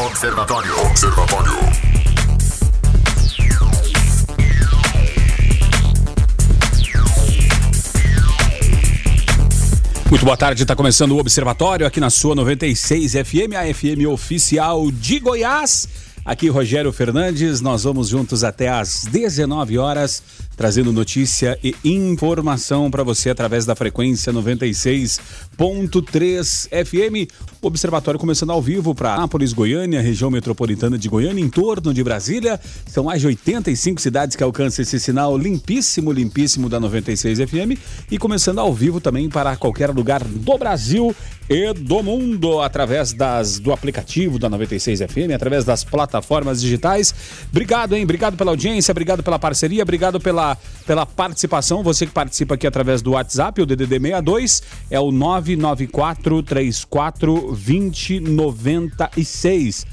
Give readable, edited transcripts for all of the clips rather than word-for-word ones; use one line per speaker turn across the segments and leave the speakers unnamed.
Observatório.
Muito boa tarde, está começando o Observatório aqui na sua 96 FM, a FM oficial de Goiás. Aqui Rogério Fernandes, nós vamos juntos até às 19 horas, trazendo notícia e informação para você através da frequência 96.3 FM. O Observatório começando ao vivo para Anápolis, Goiânia, região metropolitana de Goiânia, em torno de Brasília. São mais de 85 cidades que alcançam esse sinal limpíssimo da 96 FM. E começando ao vivo também para qualquer lugar do Brasil e do mundo, através do aplicativo da 96 FM, através das plataformas digitais. Obrigado, hein? Obrigado pela audiência, obrigado pela parceria, obrigado pela participação. Você que participa aqui através do WhatsApp, o DDD 62 é o 994342096.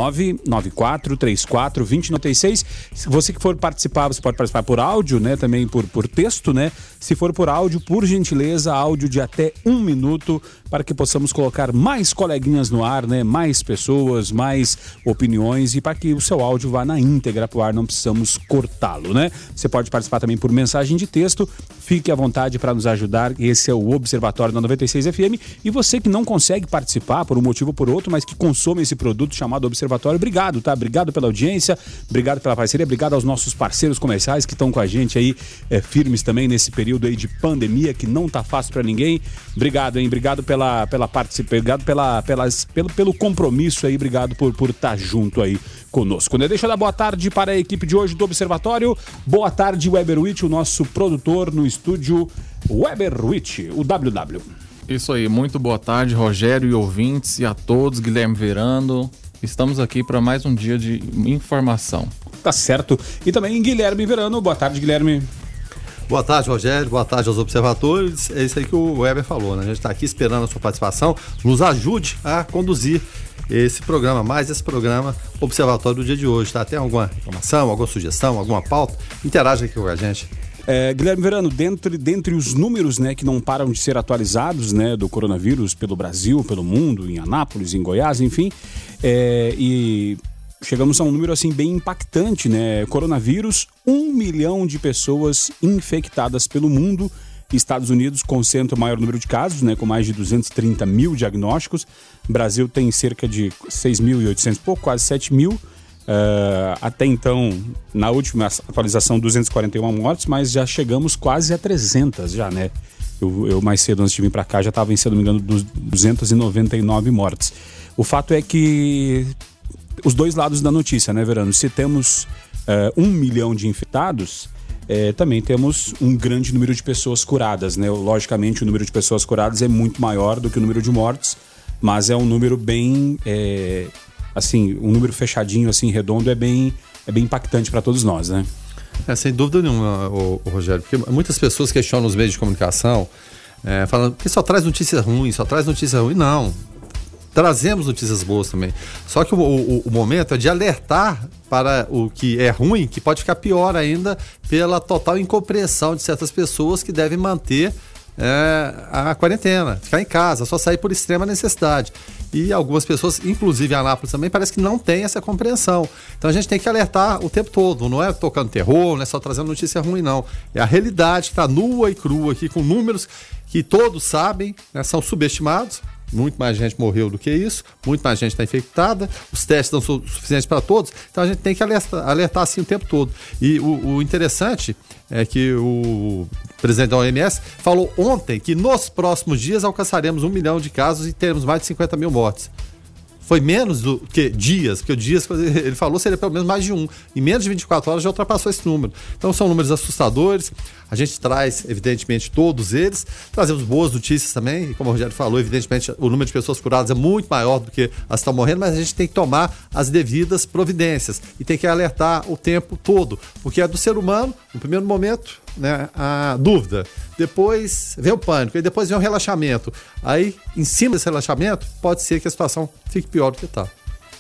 994342096. Se você que for participar, você pode participar por áudio, né? Também por texto, né? Se for por áudio, por gentileza, áudio de até 1 minuto, para que possamos colocar mais coleguinhas no ar, né? Mais pessoas, mais opiniões, e para que o seu áudio vá na íntegra pro ar, não precisamos cortá-lo, né? Você pode participar também por mensagem de texto. Fique à vontade para nos ajudar. Esse é o Observatório da 96 FM. E você que não consegue participar por um motivo ou por outro, mas que consome esse produto chamado Observatório, obrigado, tá? Obrigado pela audiência, obrigado pela parceria, obrigado aos nossos parceiros comerciais que estão com a gente aí, firmes também nesse período aí de pandemia que não tá fácil para ninguém. Obrigado, hein? Obrigado pela participação, obrigado pelo compromisso aí, obrigado por estar junto aí conosco, né? Deixa eu dar boa tarde para a equipe de hoje do Observatório. Boa tarde, Weber Witt, o nosso produtor no estúdio. Weber Witt, o WW.
Isso aí, muito boa tarde, Rogério e ouvintes, e a todos, Guilherme Verano. Estamos aqui para mais um dia de informação.
Tá certo. E também Guilherme Verano. Boa tarde, Guilherme.
Boa tarde, Rogério. Boa tarde aos observadores. É isso aí que o Weber falou, né? A gente está aqui esperando a sua participação. Nos ajude a conduzir esse programa, esse programa Observatório do dia de hoje, tá? Tem alguma informação, alguma sugestão, alguma pauta? Interaja aqui com a gente.
Guilherme Verano, dentre os números, né, que não param de ser atualizados, né, do coronavírus pelo Brasil, pelo mundo, em Anápolis, em Goiás, enfim, e chegamos a um número assim bem impactante, né? Coronavírus, 1 milhão de pessoas infectadas pelo mundo. Estados Unidos concentra o maior número de casos, né, com mais de 230 mil diagnósticos. Brasil tem cerca de 6.800, quase 7 mil. Até então, na última atualização, 241 mortes, mas já chegamos quase a 300 já, né? Eu mais cedo, antes de vir para cá, já estava em, se não me engano, 299 mortes. O fato é que os dois lados da notícia, né, Verano? Se temos 1 milhão de infectados, também temos um grande número de pessoas curadas, né? Logicamente, o número de pessoas curadas é muito maior do que o número de mortes, mas é um número bem... assim, um número fechadinho, assim, redondo, é bem impactante para todos nós, né?
Sem dúvida nenhuma, Rogério, porque muitas pessoas questionam os meios de comunicação, falando que só traz notícias ruins, Não, trazemos notícias boas também. Só que o momento é de alertar para o que é ruim, que pode ficar pior ainda pela total incompreensão de certas pessoas que devem manter a quarentena, ficar em casa, só sair por extrema necessidade. E algumas pessoas, inclusive em Anápolis também, parece que não tem essa compreensão. Então a gente tem que alertar o tempo todo, não é tocando terror, não é só trazendo notícia ruim, não. É a realidade que está nua e crua aqui, com números que todos sabem, né, são subestimados. Muito mais gente morreu do que isso, muito mais gente está infectada, os testes não são suficientes para todos, então a gente tem que alertar assim o tempo todo. E o interessante é que o presidente da OMS falou ontem que nos próximos dias alcançaremos 1 milhão de casos e teremos mais de 50 mil mortes. Foi menos do que dias, porque o dias, ele falou, seria pelo menos mais de 1. Em menos de 24 horas já ultrapassou esse número. Então são números assustadores. A gente traz, evidentemente, todos eles. Trazemos boas notícias também. E como o Rogério falou, evidentemente, o número de pessoas curadas é muito maior do que as que estão morrendo, mas a gente tem que tomar as devidas providências. E tem que alertar o tempo todo. Porque é do ser humano, no primeiro momento, né, a dúvida. Depois vem o pânico. E depois vem o relaxamento. Aí, em cima desse relaxamento, pode ser que a situação fique pior do que está.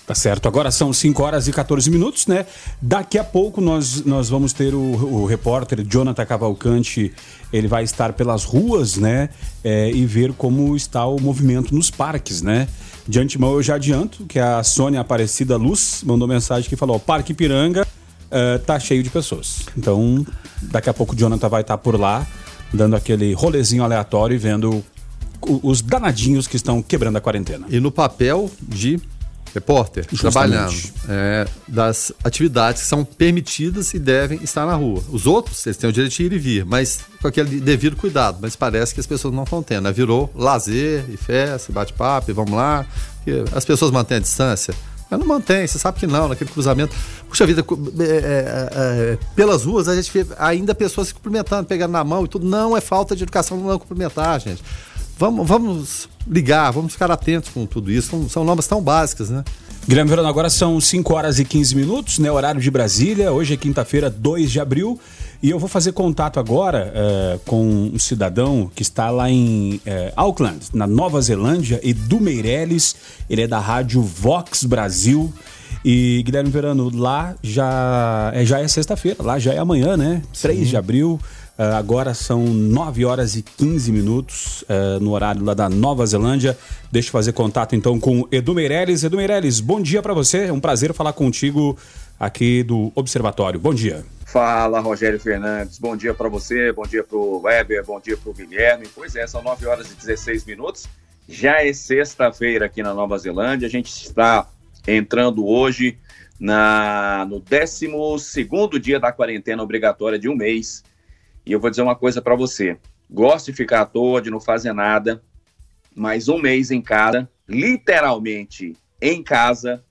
Tá certo, agora são 5 horas e 14 minutos, né? Daqui a pouco nós vamos ter o repórter Jonathan Cavalcante, ele vai estar pelas ruas, né? E ver como está o movimento nos parques, né? De antemão eu já adianto que a Sônia Aparecida Luz mandou mensagem que falou: Parque Ipiranga tá cheio de pessoas. Então, daqui a pouco o Jonathan vai estar por lá, dando aquele rolezinho aleatório e vendo os danadinhos que estão quebrando a quarentena.
E no papel de repórter, trabalhando das atividades que são permitidas e devem estar na rua. Os outros, eles têm o direito de ir e vir, mas com aquele devido cuidado. Mas parece que as pessoas não estão tendo, né? Virou lazer e festa, e bate-papo, e vamos lá. As pessoas mantêm a distância? Mas não mantém, você sabe que não, naquele cruzamento. Puxa vida, pelas ruas a gente vê ainda pessoas se cumprimentando, pegando na mão e tudo. Não é falta de educação não cumprimentar, gente. Vamos ligar, vamos ficar atentos com tudo isso. São normas tão básicas, né?
Guilherme Verano, agora são 5 horas e 15 minutos, né? Horário de Brasília. Hoje é quinta-feira, 2 de abril. E eu vou fazer contato agora com um cidadão que está lá em Auckland, na Nova Zelândia, Edu Meirelles. Ele é da rádio Vox Brasil. E, Guilherme Verano, lá já é sexta-feira, lá já é amanhã, né? Sim. 3 de abril. Agora são 9 horas e 15 minutos no horário lá da Nova Zelândia. Deixa eu fazer contato então com Edu Meirelles. Edu Meirelles, bom dia para você. É um prazer falar contigo aqui do Observatório. Bom dia.
Fala, Rogério Fernandes. Bom dia para você, bom dia para o Weber, bom dia para o Guilherme. Pois é, são 9 horas e 16 minutos. Já é sexta-feira aqui na Nova Zelândia. A gente está entrando hoje no 12º dia da quarentena obrigatória de um mês. E eu vou dizer uma coisa para você. Gosto de ficar à toa, de não fazer nada, mas um mês em casa, literalmente em casa,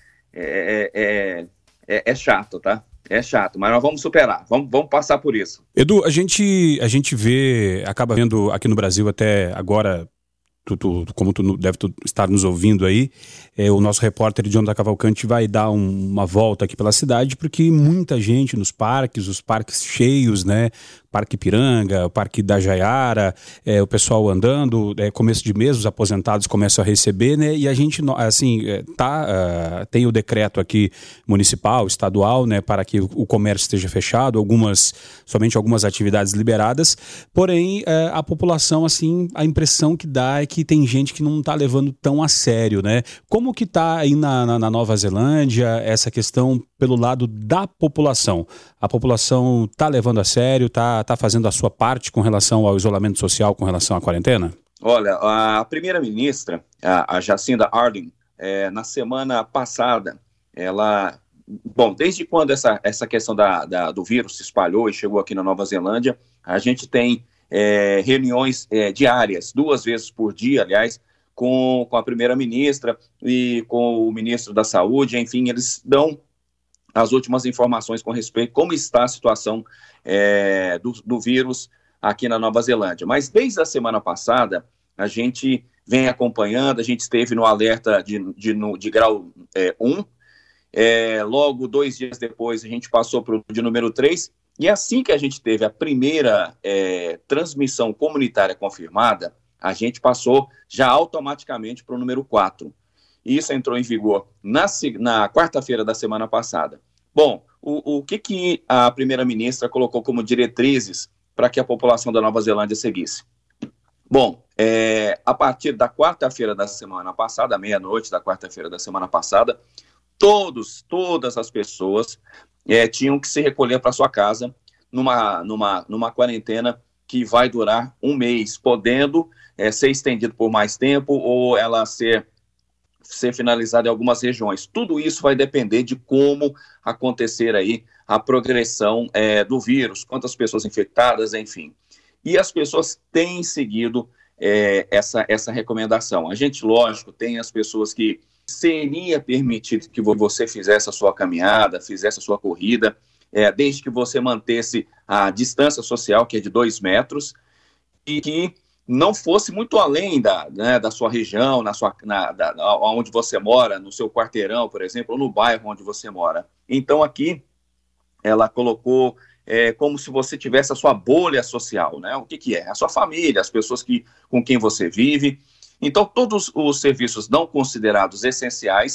é chato, tá? É chato, mas nós vamos superar, vamos passar por isso.
Edu, a gente acaba vendo aqui no Brasil até agora, como tu deve estar nos ouvindo aí, o nosso repórter Jonathan Cavalcante vai dar uma volta aqui pela cidade, porque muita gente nos parques, os parques cheios, né? Parque Ipiranga, o Parque da Jaiara, o pessoal andando, começo de mês, os aposentados começam a receber, né? E a gente, assim, tem o decreto aqui municipal, estadual, né? Para que o comércio esteja fechado, somente algumas atividades liberadas, porém, a população, assim, a impressão que dá é que tem gente que não está levando tão a sério, né? Como que está aí na Nova Zelândia essa questão pelo lado da população? A população está levando a sério, está fazendo a sua parte com relação ao isolamento social, com relação à quarentena?
Olha, a primeira-ministra, a Jacinda Ardern, na semana passada, desde quando essa questão do vírus se espalhou e chegou aqui na Nova Zelândia, a gente tem reuniões diárias, 2 vezes por dia, aliás, com a primeira-ministra e com o ministro da Saúde. Enfim, eles dão as últimas informações com respeito a como está a situação do vírus aqui na Nova Zelândia. Mas desde a semana passada, a gente vem acompanhando, a gente esteve no alerta de grau 1, logo 2 dias depois a gente passou para o de número 3, e assim que a gente teve a primeira transmissão comunitária confirmada, a gente passou já automaticamente para o número 4. Isso entrou em vigor na quarta-feira da semana passada. Bom, o que a primeira-ministra colocou como diretrizes para que a população da Nova Zelândia seguisse? Bom, a partir da quarta-feira da semana passada, meia-noite da quarta-feira da semana passada, todas as pessoas tinham que se recolher para sua casa numa quarentena que vai durar um mês, podendo ser estendido por mais tempo ou ela ser finalizada em algumas regiões. Tudo isso vai depender de como acontecer aí a progressão do vírus, quantas pessoas infectadas, enfim. E as pessoas têm seguido essa recomendação. A gente, lógico, tem as pessoas que seria permitido que você fizesse a sua caminhada, fizesse a sua corrida, desde que você mantesse a distância social, que é de 2 metros, e que não fosse muito além da sua região, onde você mora, no seu quarteirão, por exemplo, ou no bairro onde você mora. Então, aqui, ela colocou como se você tivesse a sua bolha social, né? O que é? A sua família, as pessoas com quem você vive. Então, todos os serviços não considerados essenciais,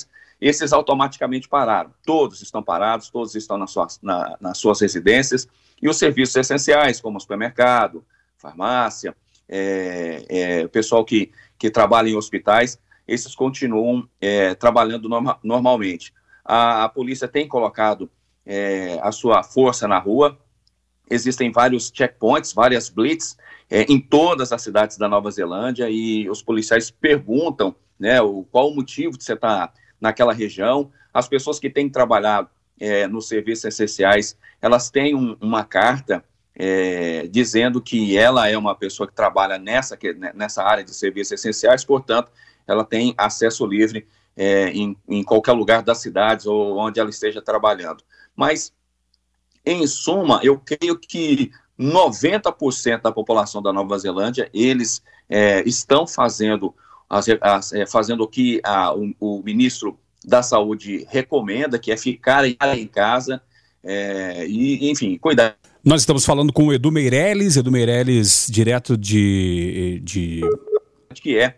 esses automaticamente pararam. Todos estão parados, todos estão nas suas residências, e os serviços essenciais, como supermercado, farmácia, o pessoal que trabalha em hospitais, esses continuam trabalhando normalmente. A polícia tem colocado a sua força na rua, existem vários checkpoints, várias blitz em todas as cidades da Nova Zelândia, e os policiais perguntam, né, qual o motivo de você estar naquela região. As pessoas que têm trabalhado nos serviços essenciais, elas têm uma carta dizendo que ela é uma pessoa que trabalha nessa área de serviços essenciais, portanto, ela tem acesso livre em qualquer lugar das cidades ou onde ela esteja trabalhando. Mas, em suma, eu creio que 90% da população da Nova Zelândia, eles estão fazendo o que o ministro da Saúde recomenda, que é ficar em casa e, enfim, cuidar.
Nós estamos falando com o Edu Meirelles, direto de...
Que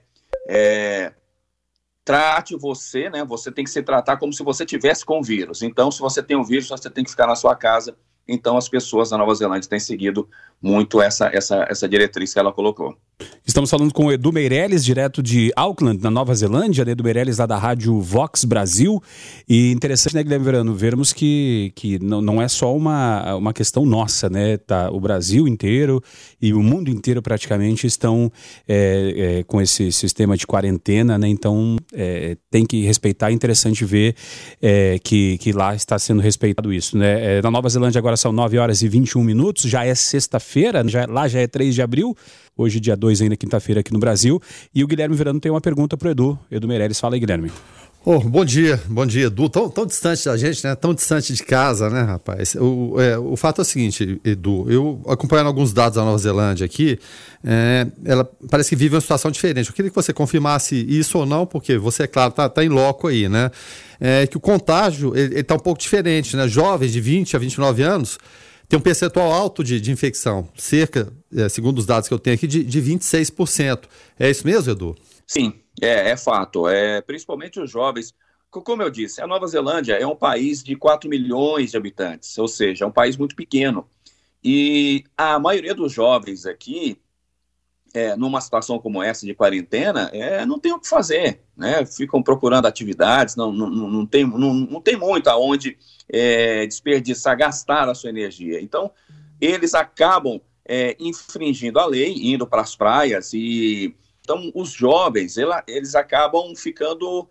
trate você, né? Você tem que se tratar como se você tivesse com o vírus. Então, se você tem o vírus, você tem que ficar na sua casa. Então, as pessoas da Nova Zelândia têm seguido muito essa diretriz que ela colocou.
Estamos falando com o Edu Meirelles, direto de Auckland, na Nova Zelândia, Edu Meirelles lá da Rádio Vox Brasil. E interessante, né, Guilherme Verano, vermos que não é só uma questão nossa, né? Tá, o Brasil inteiro e o mundo inteiro praticamente estão com esse sistema de quarentena, né? Então tem que respeitar. É interessante ver que lá está sendo respeitado isso, né? Na Nova Zelândia agora são 9h21, já é sexta-feira, lá já é 3 de abril, hoje dia 2 ainda, quinta-feira aqui no Brasil, e o Guilherme Verano tem uma pergunta para o Edu Meirelles. Fala aí, Guilherme.
Bom dia, Edu. Tão distante da gente, né? Tão distante de casa, né, rapaz? O fato é o seguinte, Edu, eu acompanhando alguns dados da Nova Zelândia aqui, ela parece que vive uma situação diferente. Eu queria que você confirmasse isso ou não, porque você, é claro, tá em loco aí, né? Que o contágio, ele tá um pouco diferente, né? Jovens de 20 a 29 anos tem um percentual alto de infecção, cerca, segundo os dados que eu tenho aqui, de 26%. É isso mesmo, Edu?
Sim, é fato. Principalmente os jovens. Como eu disse, a Nova Zelândia é um país de 4 milhões de habitantes, ou seja, é um país muito pequeno. E a maioria dos jovens aqui, numa situação como essa de quarentena, não tem o que fazer, né? Ficam procurando atividades, não tem muito aonde desperdiçar, gastar a sua energia. Então, eles acabam infringindo a lei, indo para as praias, e então os jovens, eles acabam ficando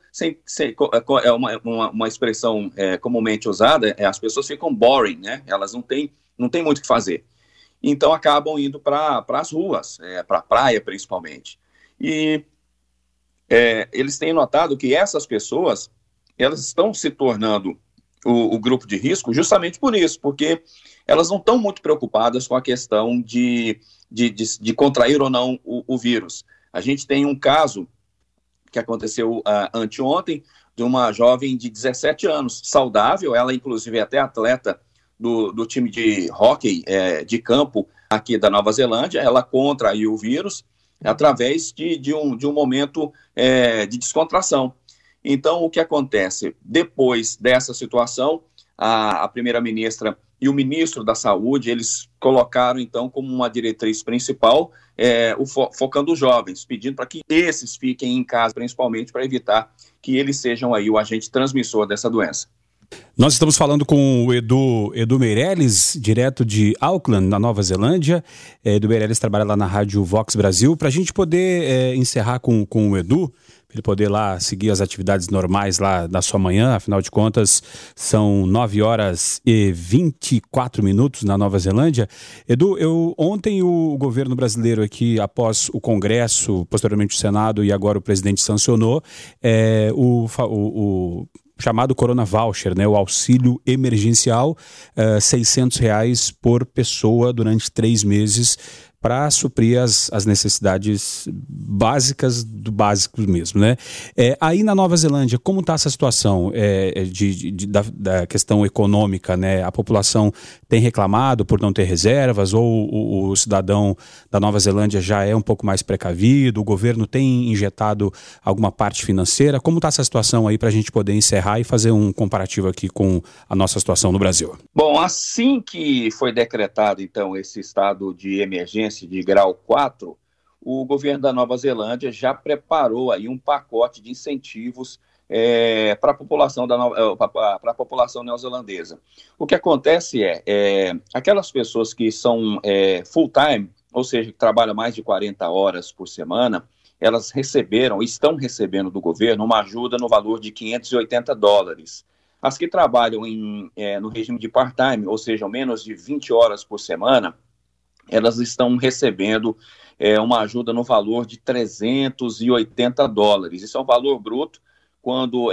uma expressão comumente usada, as pessoas ficam boring, né? Elas não têm muito o que fazer. Então acabam indo para as ruas, para a praia principalmente. E eles têm notado que essas pessoas, elas estão se tornando o grupo de risco justamente por isso, porque elas não estão muito preocupadas com a questão de contrair ou não o vírus. A gente tem um caso que aconteceu anteontem, de uma jovem de 17 anos, saudável, ela inclusive é até atleta do time de hóquei de campo aqui da Nova Zelândia. Ela contraiu o vírus através de um momento de descontração. Então, o que acontece? Depois dessa situação, a primeira-ministra e o ministro da Saúde, eles colocaram, então, como uma diretriz principal, focando os jovens, pedindo para que esses fiquem em casa, principalmente para evitar que eles sejam aí o agente transmissor dessa doença.
Nós estamos falando com o Edu Meirelles, direto de Auckland, na Nova Zelândia. Edu Meirelles trabalha lá na Rádio Vox Brasil. Para a gente poder encerrar com o Edu, para ele poder lá seguir as atividades normais lá da sua manhã, afinal de contas são 9h24 na Nova Zelândia. Edu, ontem o governo brasileiro aqui, após o Congresso, posteriormente o Senado e agora o presidente sancionou o chamado Corona Voucher, né, o auxílio emergencial, R$600 por pessoa durante 3 meses para suprir as necessidades básicas do básico mesmo, né? Aí na Nova Zelândia, como está essa situação da questão econômica, né? A população tem reclamado por não ter reservas, ou o cidadão da Nova Zelândia já é um pouco mais precavido, o governo tem injetado alguma parte financeira? Como está essa situação aí para a gente poder encerrar e fazer um comparativo aqui com a nossa situação no Brasil?
Bom, assim que foi decretado, então, esse estado de emergência de grau 4, o governo da Nova Zelândia já preparou aí um pacote de incentivos para a população neozelandesa. O que acontece aquelas pessoas que são full-time, ou seja, que trabalham mais de 40 horas por semana, elas estão recebendo do governo uma ajuda no valor de $580. As que trabalham no regime de part-time, ou seja, menos de 20 horas por semana, elas estão recebendo uma ajuda no valor de $380. Isso é um valor bruto quando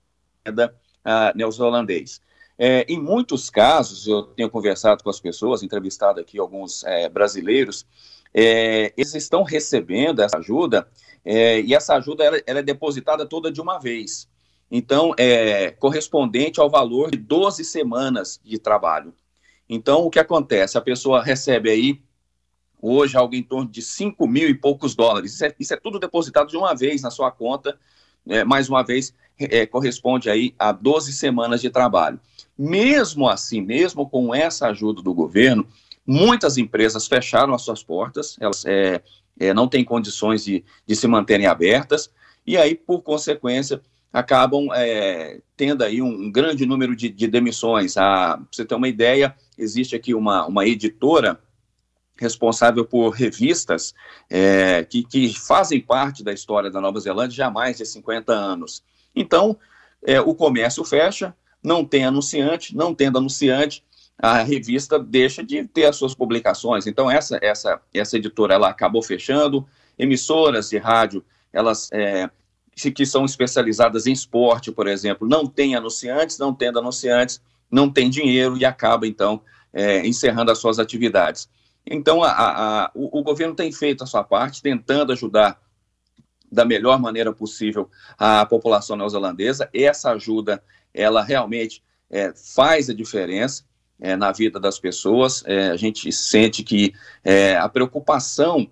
neozelandês. Em muitos casos, eu tenho conversado com as pessoas, entrevistado aqui alguns brasileiros, eles estão recebendo essa ajuda, e essa ajuda ela é depositada toda de uma vez. Então, correspondente ao valor de 12 semanas de trabalho. Então, o que acontece? A pessoa recebe aí, hoje, algo em torno de 5 mil e poucos dólares. Isso é tudo depositado de uma vez na sua conta, mais uma vez, corresponde aí a 12 semanas de trabalho. Mesmo assim, mesmo com essa ajuda do governo, muitas empresas fecharam as suas portas, elas não têm condições de se manterem abertas, e aí, por consequência, acabam tendo aí um grande número de demissões. Para você ter uma ideia, existe aqui uma editora responsável por revistas que fazem parte da história da Nova Zelândia já há mais de 50 anos. Então, o comércio fecha, não tem anunciante, não tendo anunciante, a revista deixa de ter as suas publicações. Então, essa editora ela acabou fechando, emissoras de rádio, elas que são especializadas em esporte, por exemplo, não tem anunciantes, não tendo anunciantes, não tem dinheiro e acaba, então, encerrando as suas atividades. Então, o governo tem feito a sua parte, tentando ajudar da melhor maneira possível a população neozelandesa. Essa ajuda, ela realmente faz a diferença na vida das pessoas. A gente sente que a preocupação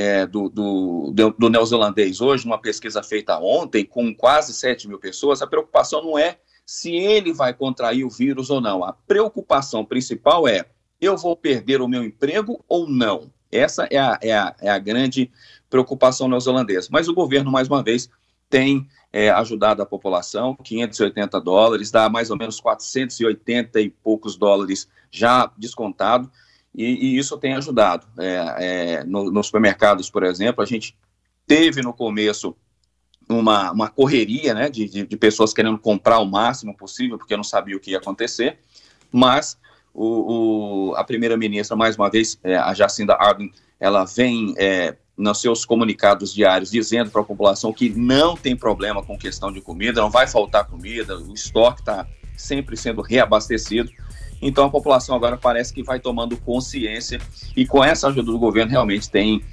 do neozelandês hoje, numa pesquisa feita ontem, com quase 7 mil pessoas, a preocupação não é se ele vai contrair o vírus ou não. A preocupação principal é: eu vou perder o meu emprego ou não? Essa é a grande preocupação neozelandesa. Mas o governo, mais uma vez, tem ajudado a população. $580, dá mais ou menos 480 e poucos dólares já descontado, e isso tem ajudado. Nos supermercados, por exemplo, a gente teve no começo uma correria, né, de pessoas querendo comprar o máximo possível, porque não sabia o que ia acontecer, mas a primeira-ministra, mais uma vez, a Jacinda Ardern, ela vem nos seus comunicados diários dizendo para a população que não tem problema com questão de comida, não vai faltar comida, o estoque está sempre sendo reabastecido. Então a população agora parece que vai tomando consciência, e com essa ajuda do governo realmente tem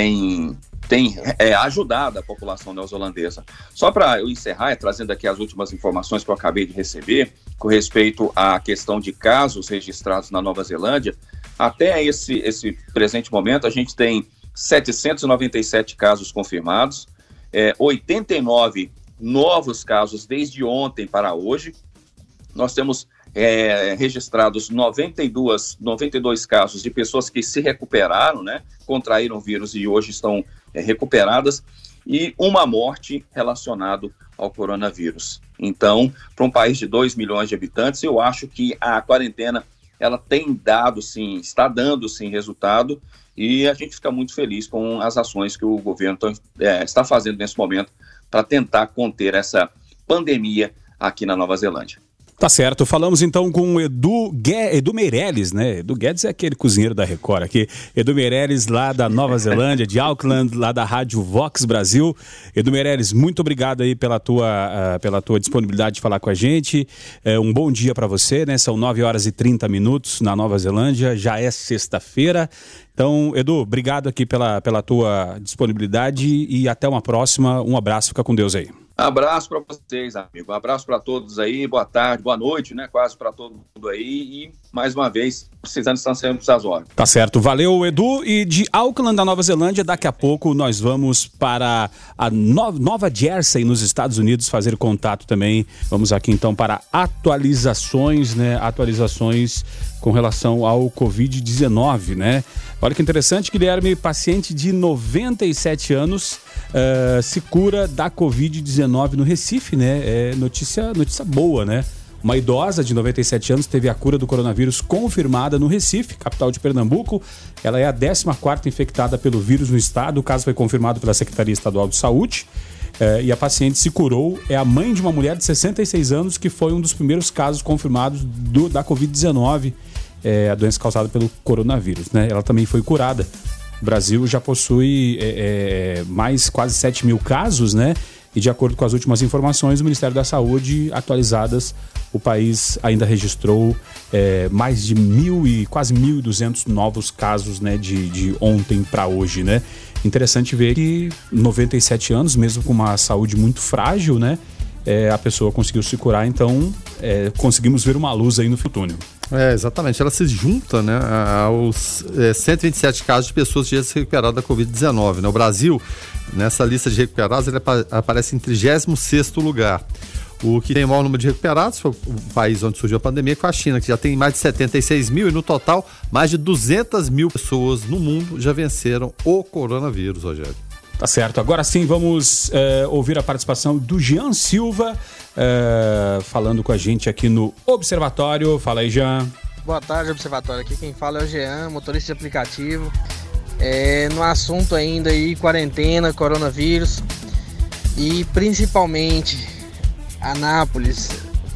ajudado a população neozelandesa. Só para eu encerrar, trazendo aqui as últimas informações que eu acabei de receber, com respeito à questão de casos registrados na Nova Zelândia, até esse presente momento a gente tem 797 casos confirmados, 89 novos casos desde ontem para hoje. Nós temos registrados 92 casos de pessoas que se recuperaram, né, contraíram o vírus e hoje estão recuperadas, e uma morte relacionada ao coronavírus. Então, para um país de 2 milhões de habitantes, eu acho que a quarentena ela tem dado, sim, está dando, sim, resultado, e a gente fica muito feliz com as ações que o governo está fazendo nesse momento para tentar conter essa pandemia aqui na Nova Zelândia.
Tá certo, falamos então com o Edu Meirelles, né? Edu Guedes é aquele cozinheiro da Record aqui. Edu Meirelles lá da Nova Zelândia, de Auckland, lá da Rádio Vox Brasil. Edu Meirelles, muito obrigado aí pela tua disponibilidade de falar com a gente. Um bom dia para você, né? São 9h30 na Nova Zelândia, já é sexta-feira. Então, Edu, obrigado aqui pela tua disponibilidade e até uma próxima. Um abraço, fica com Deus aí.
Abraço para vocês, amigo. Um abraço para todos aí. Boa tarde, boa noite, né? Quase para todo mundo aí. E, mais uma vez, precisando estar sempre essas horas.
Tá certo. Valeu, Edu. E de Auckland, da Nova Zelândia, daqui a pouco nós vamos para a Nova Jersey, nos Estados Unidos, fazer contato também. Vamos aqui, então, para atualizações, né? Atualizações com relação ao Covid-19, né? Olha que interessante, Guilherme, paciente de 97 anos se cura da Covid-19 no Recife, né? É notícia boa, né? Uma idosa de 97 anos teve a cura do coronavírus confirmada no Recife, capital de Pernambuco. Ela é a 14ª infectada pelo vírus no estado. O caso foi confirmado pela Secretaria Estadual de Saúde. E a paciente se curou. É a mãe de uma mulher de 66 anos que foi um dos primeiros casos confirmados da Covid-19. A doença causada pelo coronavírus, né? Ela também foi curada. O Brasil já possui mais quase 7 mil casos, né? E de acordo com as últimas informações do Ministério da Saúde atualizadas, o país ainda registrou mais de quase 1.200 novos casos, né? De ontem para hoje, né? Interessante ver que 97 anos, mesmo com uma saúde muito frágil, né? A pessoa conseguiu se curar, então conseguimos ver uma luz aí no fim do túnel.
Exatamente, ela se junta, né, aos 127 casos de pessoas já se recuperadas da Covid-19, né? O Brasil, nessa lista de recuperados, ele aparece em 36º lugar. O que tem o maior número de recuperados foi o país onde surgiu a pandemia, que foi a China, que já tem mais de 76 mil, e no total, mais de 200 mil pessoas no mundo já venceram o coronavírus, Rogério.
Tá certo, agora sim vamos ouvir a participação do Jean Silva, falando com a gente aqui no Observatório. Fala aí, Jean.
Boa tarde, Observatório. Aqui quem fala é o Jean, motorista de aplicativo. No assunto ainda aí, quarentena, coronavírus e principalmente Anápolis.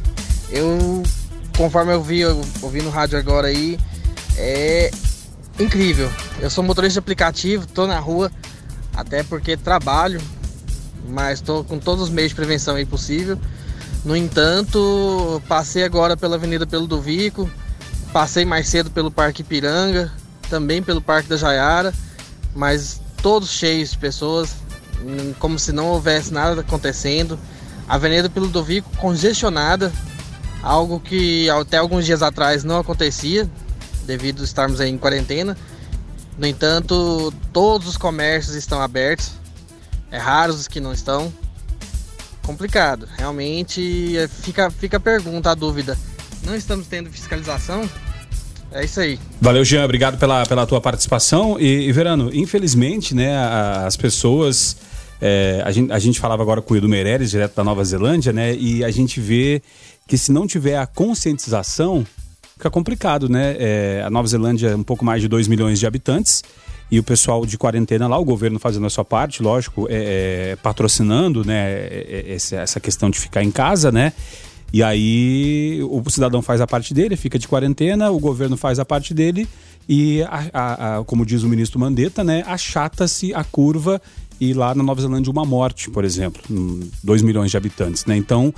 Conforme eu ouvi no rádio agora aí, é incrível. Eu sou motorista de aplicativo, tô na rua, até porque trabalho, mas estou com todos os meios de prevenção aí possível. No entanto, passei agora pela Avenida Pelo Duvico, passei mais cedo pelo Parque Ipiranga, também pelo Parque da Jaiara, mas todos cheios de pessoas, como se não houvesse nada acontecendo. A Avenida Pelo Duvico congestionada, algo que até alguns dias atrás não acontecia, devido a estarmos aí em quarentena. No entanto, todos os comércios estão abertos, raros os que não estão. Complicado, realmente fica a pergunta, a dúvida. Não estamos tendo fiscalização? É isso aí.
Valeu, Jean, obrigado pela tua participação. E Verano, infelizmente, né, as pessoas... a gente falava agora com o Edu Meirelles, direto da Nova Zelândia, né, e a gente vê que se não tiver a conscientização, fica complicado, né? A Nova Zelândia é um pouco mais de 2 milhões de habitantes e o pessoal de quarentena lá, o governo fazendo a sua parte, lógico, patrocinando, né, essa questão de ficar em casa, né? E aí o cidadão faz a parte dele, fica de quarentena, o governo faz a parte dele e, como diz o ministro Mandetta, né, achata-se a curva e lá na Nova Zelândia uma morte, por exemplo, 2 milhões de habitantes, né? Então,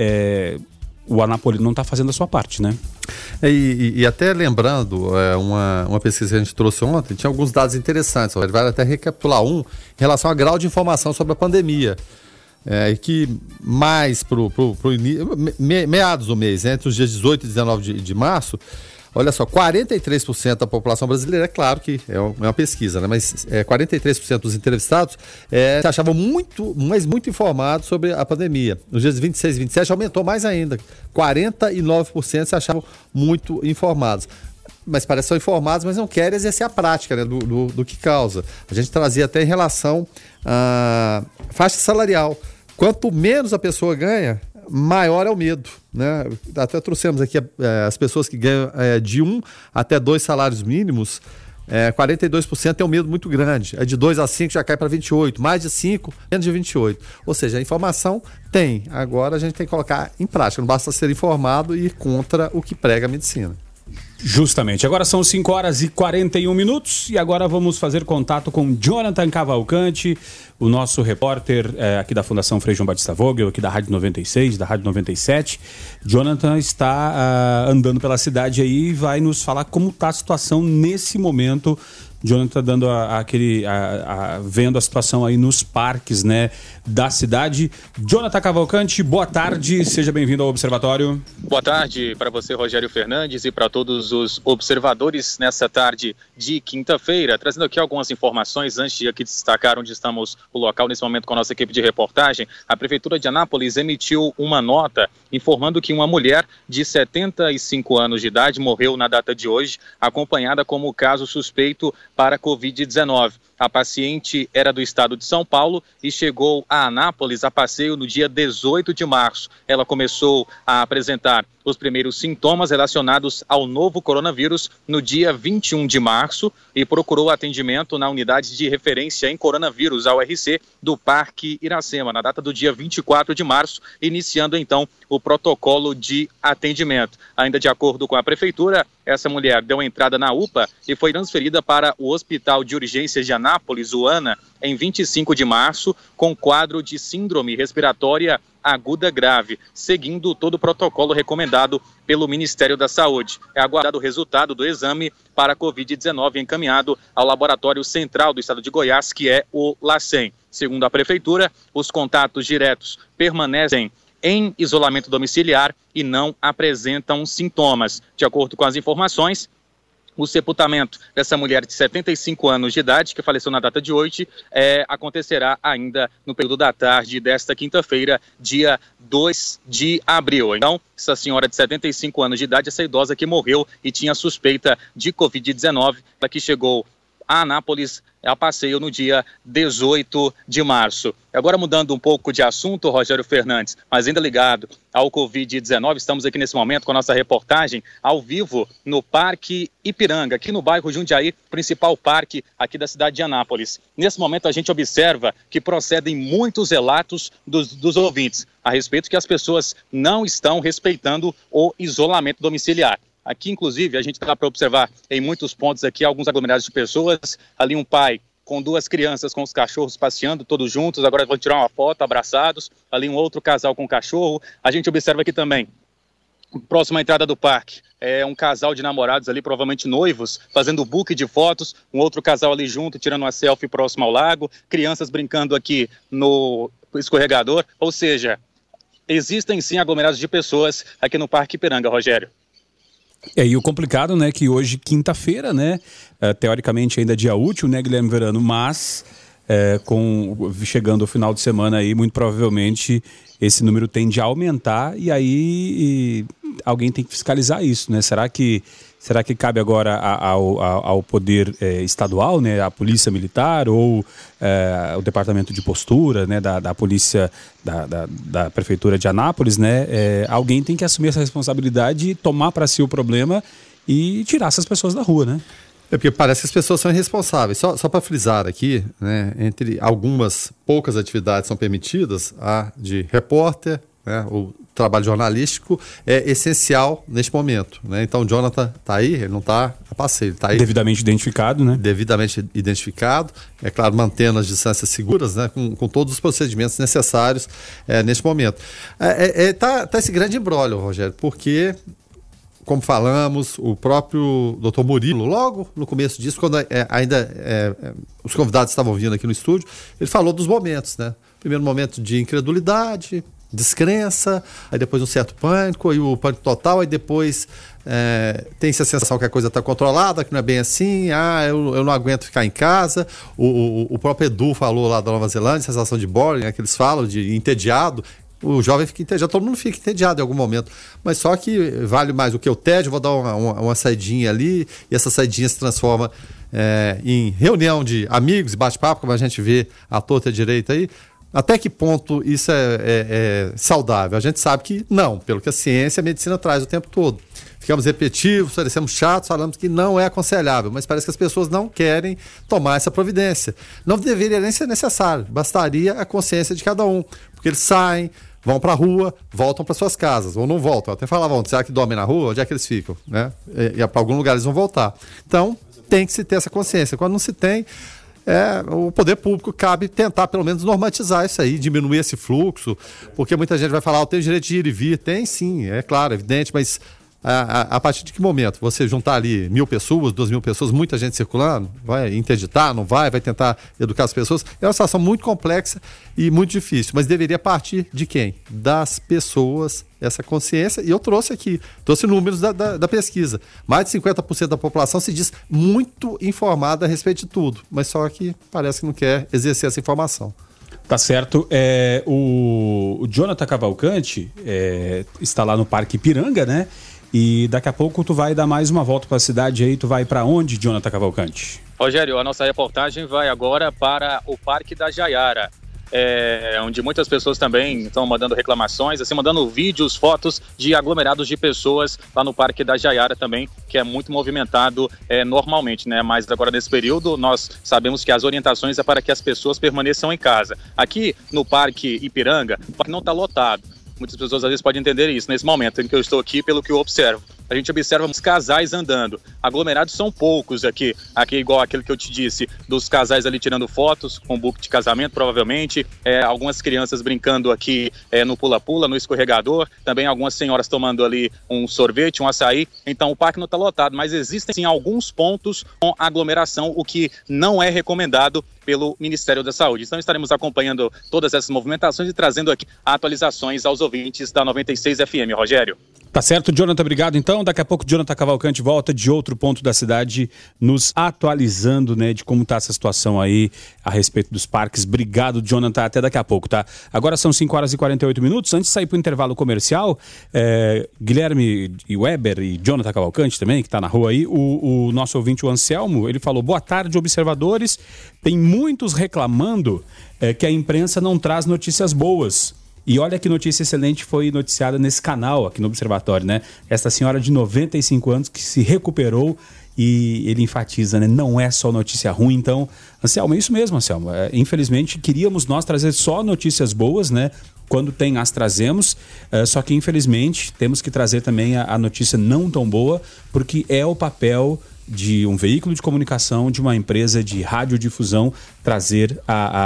o Anápolis não está fazendo a sua parte, né?
E até lembrando, uma pesquisa que a gente trouxe ontem, tinha alguns dados interessantes, vai até recapitular em relação ao grau de informação sobre a pandemia, que mais meados do mês, entre os dias 18 e 19 de março, olha só, 43% da população brasileira, é claro que é uma pesquisa, né? Mas 43% dos entrevistados se achavam muito informados sobre a pandemia. Nos dias 26 e 27 aumentou mais ainda, 49% se achavam muito informados. Mas parecem que são informados, mas não querem exercer a prática, né, do que causa. A gente trazia até em relação à faixa salarial. Quanto menos a pessoa ganha, maior é o medo, né? Até trouxemos aqui as pessoas que ganham de 1 até 2 salários mínimos, 42% tem um medo muito grande. De 2 a 5 já cai para 28%, mais de 5, menos de 28%. Ou seja, a informação tem. Agora a gente tem que colocar em prática. Não basta ser informado e ir contra o que prega a medicina.
Justamente. Agora são 5h41 e agora vamos fazer contato com Jonathan Cavalcante, o nosso repórter aqui da Fundação Frei João Batista Vogel, aqui da Rádio 96, da Rádio 97. Jonathan está andando pela cidade aí e vai nos falar como está a situação nesse momento. Jonathan dando vendo a situação aí nos parques, né, da cidade. Jonathan Cavalcante, boa tarde, seja bem-vindo ao Observatório.
Boa tarde para você, Rogério Fernandes, e para todos os observadores nessa tarde de quinta-feira, trazendo aqui algumas informações antes de aqui destacar onde estamos o local nesse momento com a nossa equipe de reportagem. A Prefeitura de Anápolis emitiu uma nota informando que uma mulher de 75 anos de idade morreu na data de hoje, acompanhada como caso suspeito para a Covid-19. A paciente era do estado de São Paulo e chegou a Anápolis a passeio no dia 18 de março. Ela começou a apresentar os primeiros sintomas relacionados ao novo coronavírus no dia 21 de março e procurou atendimento na unidade de referência em coronavírus, a URC, do Parque Iracema, na data do dia 24 de março, iniciando então o protocolo de atendimento. Ainda de acordo com a Prefeitura, essa mulher deu entrada na UPA e foi transferida para o Hospital de Urgências de Anápolis, o ANA, em 25 de março, com quadro de síndrome respiratória aguda grave, seguindo todo o protocolo recomendado pelo Ministério da Saúde. É aguardado o resultado do exame para a Covid-19 encaminhado ao Laboratório Central do Estado de Goiás, que é o LACEN. Segundo a Prefeitura, os contatos diretos permanecem em isolamento domiciliar e não apresentam sintomas. De acordo com as informações, o sepultamento dessa mulher de 75 anos de idade, que faleceu na data de hoje, acontecerá ainda no período da tarde desta quinta-feira, dia 2 de abril. Então, essa senhora de 75 anos de idade, essa idosa que morreu e tinha suspeita de Covid-19, ela que chegou a Anápolis a passeio no dia 18 de março. Agora mudando um pouco de assunto, Rogério Fernandes, mas ainda ligado ao Covid-19, estamos aqui nesse momento com a nossa reportagem ao vivo no Parque Ipiranga, aqui no bairro Jundiaí, principal parque aqui da cidade de Anápolis. Nesse momento a gente observa que procedem muitos relatos dos ouvintes a respeito que as pessoas não estão respeitando o isolamento domiciliar. Aqui, inclusive, a gente dá para observar em muitos pontos aqui alguns aglomerados de pessoas. Ali um pai com 2 crianças com os cachorros passeando todos juntos, agora vão tirar uma foto abraçados. Ali um outro casal com cachorro. A gente observa aqui também, próximo à entrada do parque, um casal de namorados ali, provavelmente noivos, fazendo book de fotos. Um outro casal ali junto, tirando uma selfie próximo ao lago. Crianças brincando aqui no escorregador. Ou seja, existem sim aglomerados de pessoas aqui no Parque Ipiranga, Rogério.
E o complicado, né, que hoje, quinta-feira, né, teoricamente ainda dia útil, né, Guilherme Verano, mas chegando o final de semana aí, muito provavelmente esse número tende a aumentar e aí alguém tem que fiscalizar isso, né? Será que cabe agora ao poder estadual, né, a polícia militar ou o departamento de postura, né, da polícia da prefeitura de Anápolis, né? Alguém tem que assumir essa responsabilidade e tomar para si o problema e tirar essas pessoas da rua, né?
Porque parece que as pessoas são irresponsáveis. Só para frisar aqui, né, entre algumas poucas atividades são permitidas, a de repórter, né, o trabalho jornalístico é essencial neste momento, né? Então o Jonathan está aí, ele não está a passeio, ele está aí.
Devidamente identificado, né?
Devidamente identificado, é claro, mantendo as distâncias seguras, né, com todos os procedimentos necessários neste momento. Tá esse grande imbróglio, Rogério, porque, como falamos, o próprio Dr. Murilo, logo no começo disso, quando os convidados estavam vindo aqui no estúdio, ele falou dos momentos, né? Primeiro momento de incredulidade, descrença, aí depois um certo pânico, aí o pânico total, aí depois tem-se a sensação que a coisa está controlada, que não é bem assim, eu não aguento ficar em casa. O próprio Edu falou lá da Nova Zelândia, sensação de boring, né, que eles falam, de entediado. O jovem fica entediado, todo mundo fica entediado em algum momento, mas só que vale mais o que o tédio, vou dar uma saidinha ali, e essa saidinha se transforma em reunião de amigos, bate-papo, como a gente vê à torta e à direita aí. Até que ponto isso é saudável? A gente sabe que não, pelo que a ciência e a medicina traz o tempo todo. ficamos repetitivos, parecemos chatos, falamos que não é aconselhável, mas parece que as pessoas não querem tomar essa providência. Não deveria nem ser necessário, bastaria a consciência de cada um, porque eles saem, vão para a rua, voltam para suas casas, ou não voltam. Até falavam, será que dormem na rua? Onde é que eles ficam? Né? E para algum lugar eles vão voltar. Então, tem que se ter essa consciência. Quando não se tem, o poder público cabe tentar pelo menos normatizar isso aí, diminuir esse fluxo, porque muita gente vai falar, eu tenho direito de ir e vir. Tem sim, é claro, evidente, mas a partir de que momento você juntar ali 1.000 pessoas, 2.000 pessoas, muita gente circulando, vai interditar, não vai tentar educar as pessoas, é uma situação muito complexa e muito difícil, mas deveria partir de quem? Das pessoas, essa consciência, e eu trouxe números da pesquisa, mais de 50% da população se diz muito informada a respeito de tudo, mas só que parece que não quer exercer essa informação.
Tá certo. O Jonathan Cavalcante está lá no Parque Ipiranga, né? E daqui a pouco tu vai dar mais uma volta para a cidade aí. Tu vai para onde, Jonathan Cavalcante?
Rogério, a nossa reportagem vai agora para o Parque da Jaiara, onde muitas pessoas também estão mandando reclamações, assim, mandando vídeos, fotos de aglomerados de pessoas lá no Parque da Jaiara também, que é muito movimentado normalmente, né? Mas agora nesse período nós sabemos que as orientações é para que as pessoas permaneçam em casa. Aqui no Parque Ipiranga, o parque não está lotado. Muitas pessoas às vezes podem entender isso nesse momento em que eu estou aqui, pelo que eu observo. A gente observa os casais andando. Aglomerados são poucos aqui igual aquele que eu te disse, dos casais ali tirando fotos com book de casamento, provavelmente. Algumas crianças brincando aqui no pula-pula, no escorregador. Também algumas senhoras tomando ali um sorvete, um açaí. Então o parque não está lotado, mas existem sim alguns pontos com aglomeração, o que não é recomendado pelo Ministério da Saúde. Então estaremos acompanhando todas essas movimentações e trazendo aqui atualizações aos ouvintes da 96 FM, Rogério.
Tá certo, Jonathan, obrigado. Então, daqui a pouco o Jonathan Cavalcante volta de outro ponto da cidade, nos atualizando, né, de como tá essa situação aí a respeito dos parques. Obrigado, Jonathan, até daqui a pouco, tá? Agora são 5 horas e 48 minutos. Antes de sair pro intervalo comercial, Guilherme e Weber e Jonathan Cavalcante também, que tá na rua aí, o nosso ouvinte, o Anselmo, ele falou, boa tarde, observadores. Tem muitos reclamando que a imprensa não traz notícias boas. E olha que notícia excelente foi noticiada nesse canal aqui no Observatório, né? Esta senhora de 95 anos que se recuperou e ele enfatiza, né? Não é só notícia ruim. Então, Anselmo, é isso mesmo, Anselmo. Infelizmente, queríamos nós trazer só notícias boas, né? Quando tem, as trazemos, só que infelizmente temos que trazer também a notícia não tão boa, porque é o papel de um veículo de comunicação, de uma empresa de radiodifusão, trazer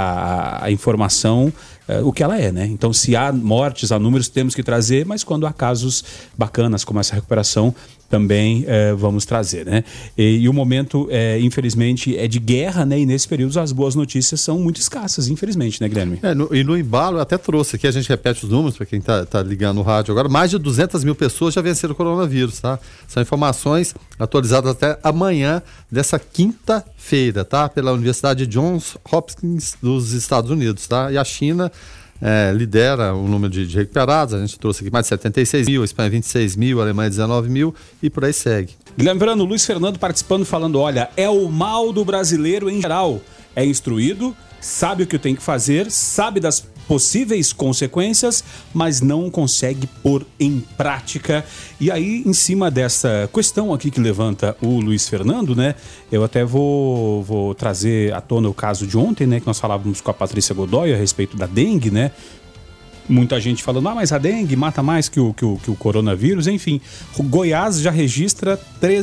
a informação, o que ela é, né? Então, se há mortes, há números, temos que trazer, mas quando há casos bacanas como essa recuperação, também vamos trazer, né? E o momento, infelizmente, é de guerra, né? E nesse período as boas notícias são muito escassas, infelizmente, né, Guilherme?
E no embalo, eu até trouxe aqui, a gente repete os números para quem tá ligando no rádio agora, mais de 200 mil pessoas já venceram o coronavírus, tá? São informações atualizadas até amanhã dessa quinta-feira, tá? Pela Universidade Johns Hopkins dos Estados Unidos, tá? E a China lidera o número de recuperados, a gente trouxe aqui mais de 76 mil, a Espanha 26 mil, a Alemanha 19 mil e por aí segue.
Guilherme Verano, Luiz Fernando participando, falando, olha, é o mal do brasileiro em geral, é instruído, sabe o que tem que fazer, sabe das possíveis consequências, mas não consegue pôr em prática. E aí, em cima dessa questão aqui que levanta o Luiz Fernando, né, eu até vou trazer à tona o caso de ontem, né, que nós falávamos com a Patrícia Godoy a respeito da dengue, né, muita gente falando, mas a dengue mata mais que o coronavírus, enfim. O Goiás já registra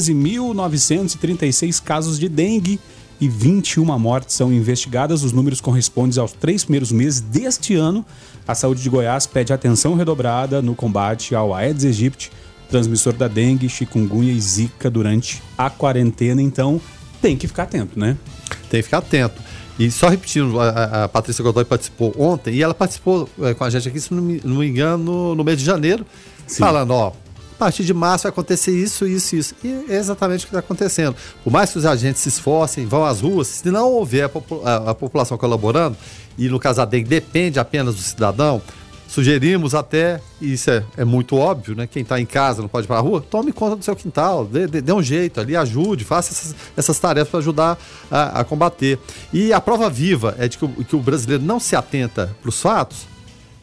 13.936 casos de dengue e 21 mortes são investigadas. Os números correspondem aos 3 primeiros meses deste ano. A saúde de Goiás pede atenção redobrada no combate ao Aedes aegypti, transmissor da dengue, chikungunya e zika durante a quarentena. Então, tem que ficar atento, né? Tem que ficar atento.
E só repetindo, a Patrícia Godoy participou ontem, e ela participou com a gente aqui, se não me engano, no mês de janeiro, sim, falando, a partir de março vai acontecer isso. E é exatamente o que está acontecendo. Por mais que os agentes se esforcem, vão às ruas, se não houver a população colaborando, e no caso a dengue depende apenas do cidadão, sugerimos até, e isso é muito óbvio, né? Quem está em casa não pode ir para a rua, tome conta do seu quintal, dê um jeito ali, ajude, faça essas tarefas para ajudar a combater. E a prova viva é de que o brasileiro não se atenta para os fatos,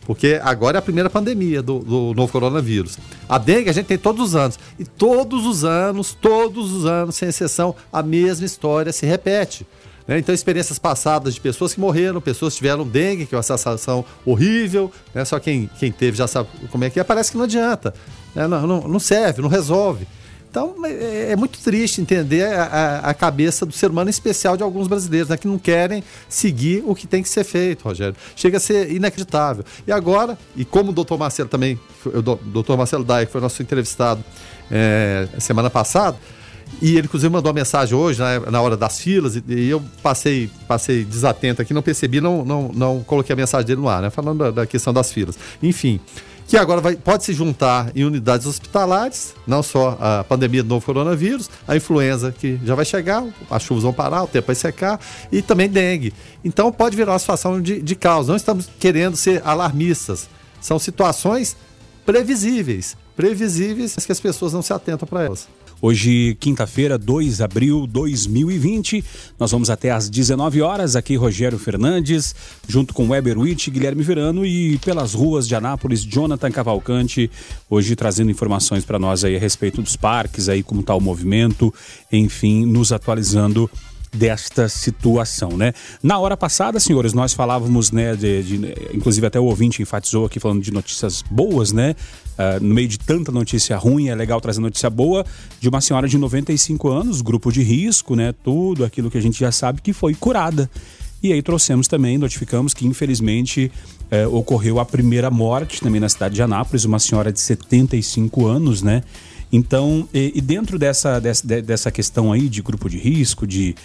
porque agora é a primeira pandemia do novo coronavírus. A dengue a gente tem todos os anos, e todos os anos, sem exceção, a mesma história se repete. Então, experiências passadas de pessoas que morreram, pessoas que tiveram dengue, que é uma sensação horrível, né? Só quem teve já sabe como é que é, parece que não adianta, né? Não serve, não resolve. Então, é muito triste entender a cabeça do ser humano, em especial de alguns brasileiros, né, que não querem seguir o que tem que ser feito, Rogério. Chega a ser inacreditável. E agora, e como o doutor Marcelo também, o doutor Marcelo Dayer, que foi nosso entrevistado semana passada, e ele inclusive mandou uma mensagem hoje, na hora das filas, e eu passei desatento aqui, não percebi, não coloquei a mensagem dele no ar, né, falando da questão das filas. Enfim, que agora pode se juntar em unidades hospitalares, não só a pandemia do novo coronavírus, a influenza que já vai chegar, as chuvas vão parar, o tempo vai secar, e também dengue. Então pode virar uma situação de caos. Não estamos querendo ser alarmistas. São situações previsíveis que as pessoas não se atentam para elas.
Hoje, quinta-feira, 2 de abril de 2020, nós vamos até às 19 horas, aqui Rogério Fernandes, junto com Weber Witt, Guilherme Verano e pelas ruas de Anápolis, Jonathan Cavalcante, hoje trazendo informações para nós aí a respeito dos parques, aí como está o movimento, enfim, nos atualizando desta situação, né? Na hora passada, senhores, nós falávamos, né, inclusive até o ouvinte enfatizou aqui falando de notícias boas, né? No meio de tanta notícia ruim, é legal trazer notícia boa de uma senhora de 95 anos, grupo de risco, né? Tudo aquilo que a gente já sabe, que foi curada. E aí notificamos que infelizmente ocorreu a primeira morte também na cidade de Anápolis, uma senhora de 75 anos, né? Então, e dentro dessa questão aí de grupo de risco,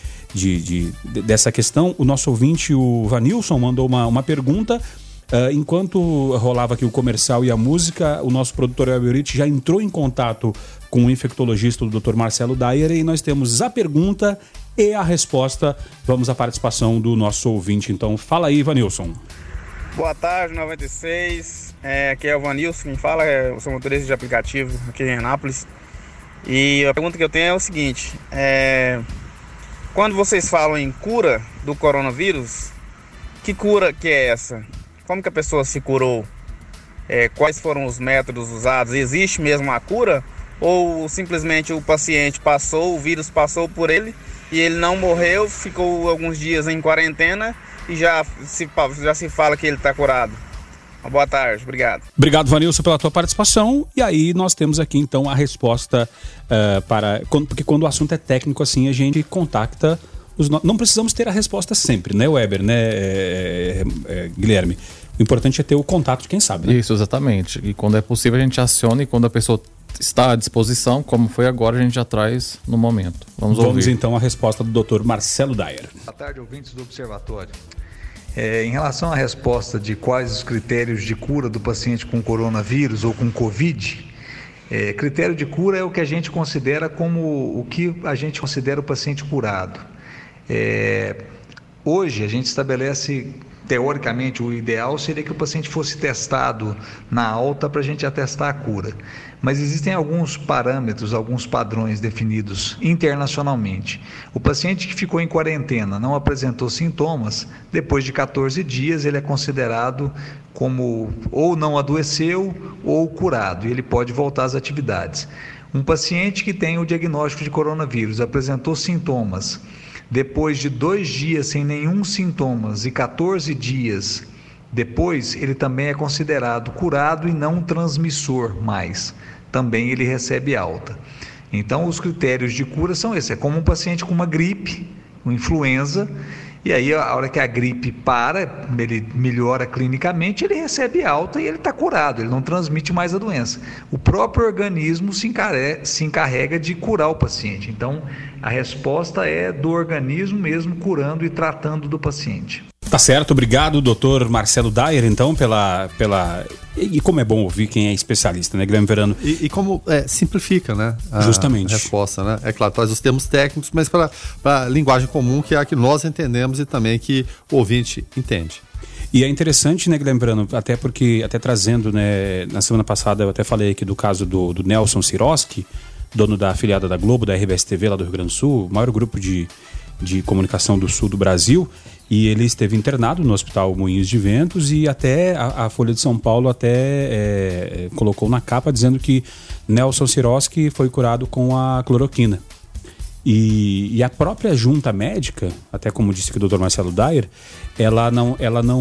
dessa questão, o nosso ouvinte, o Vanilson, mandou uma pergunta. Enquanto rolava aqui o comercial e a música, o nosso produtor Elberite já entrou em contato com o infectologista, o Dr. Marcelo Dayer, e nós temos a pergunta e a resposta. Vamos à participação do nosso ouvinte. Então, fala aí, Vanilson.
Boa tarde, 96. Aqui é o Vanilson quem fala, eu sou motorista de aplicativo aqui em Anápolis. E a pergunta que eu tenho é o seguinte: quando vocês falam em cura do coronavírus, que cura que é essa? Como que a pessoa se curou? Quais foram os métodos usados? Existe mesmo a cura? Ou simplesmente o paciente passou, o vírus passou por ele e ele não morreu, ficou alguns dias em quarentena e já se fala que ele está curado? Uma boa tarde, obrigado.
Obrigado, Vanilson, pela tua participação. E aí nós temos aqui então a resposta porque quando o assunto é técnico assim, a gente contacta não precisamos ter a resposta sempre, né, Weber, né, Guilherme? O importante é ter o contato de quem sabe, né?
Isso, exatamente. E quando é possível a gente aciona, e quando a pessoa está à disposição, como foi agora, a gente já traz no momento. Vamos ouvir
então a resposta do Dr. Marcelo Dayer.
Boa tarde, ouvintes do Observatório. Em relação à resposta de quais os critérios de cura do paciente com coronavírus ou com Covid, critério de cura é o que a gente considera como o que a gente considera o paciente curado. Hoje a gente estabelece, teoricamente, o ideal seria que o paciente fosse testado na alta para a gente atestar a cura. Mas existem alguns parâmetros, alguns padrões definidos internacionalmente. O paciente que ficou em quarentena, não apresentou sintomas, depois de 14 dias ele é considerado como ou não adoeceu ou curado, e ele pode voltar às atividades. Um paciente que tem o diagnóstico de coronavírus, apresentou sintomas, depois de 2 dias sem nenhum sintomas e 14 dias depois, ele também é considerado curado e não transmissor mais. Também ele recebe alta. Então, os critérios de cura são esses. É como um paciente com uma gripe, uma influenza, e aí a hora que a gripe para, ele melhora clinicamente, ele recebe alta e ele está curado, ele não transmite mais a doença. O próprio organismo se encarrega de curar o paciente. Então, a resposta é do organismo mesmo curando e tratando do paciente.
Tá certo, obrigado, doutor Marcelo Dayer, então, E como é bom ouvir quem é especialista, né, Guilherme Verano?
E como simplifica, né?
Justamente.
A resposta, né? É claro, traz os termos técnicos, mas para a linguagem comum, que é a que nós entendemos e também que o ouvinte entende.
E é interessante, né, Guilherme Verano, até trazendo, né, na semana passada eu até falei aqui do caso do Nelson Siroski, dono da afiliada da Globo, da RBS TV lá do Rio Grande do Sul, o maior grupo de comunicação do sul do Brasil, E ele esteve internado no Hospital Moinhos de Ventos e até a Folha de São Paulo até colocou na capa dizendo que Nelson Sirotsky foi curado com a cloroquina. E a própria junta médica, até como disse aqui o Dr. Marcelo Dyer, ela não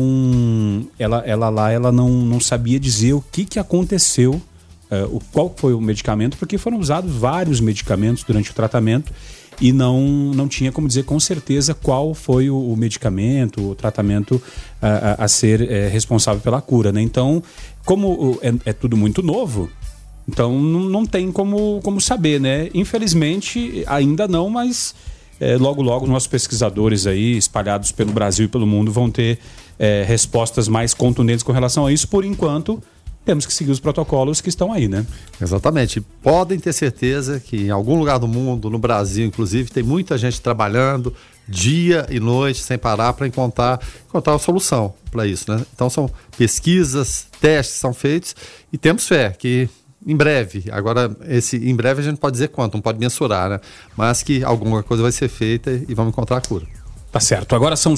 sabia dizer o que aconteceu, qual foi o medicamento, porque foram usados vários medicamentos durante o tratamento e não tinha como dizer com certeza qual foi o medicamento, o tratamento a ser responsável pela cura, né? Então, como é tudo muito novo, então não tem como saber, né? Infelizmente ainda não, mas logo os nossos pesquisadores aí espalhados pelo Brasil e pelo mundo vão ter respostas mais contundentes com relação a isso. Por enquanto, temos que seguir os protocolos que estão aí, né? Exatamente. Podem ter certeza que em algum lugar do mundo, no Brasil inclusive, tem muita gente trabalhando dia e noite sem parar para encontrar a solução para isso, né? Então são pesquisas, testes são feitos e temos fé que em breve, agora em breve a gente pode dizer quanto, não pode mensurar, né? Mas que alguma coisa vai ser feita e vamos encontrar a cura. Tá certo, agora são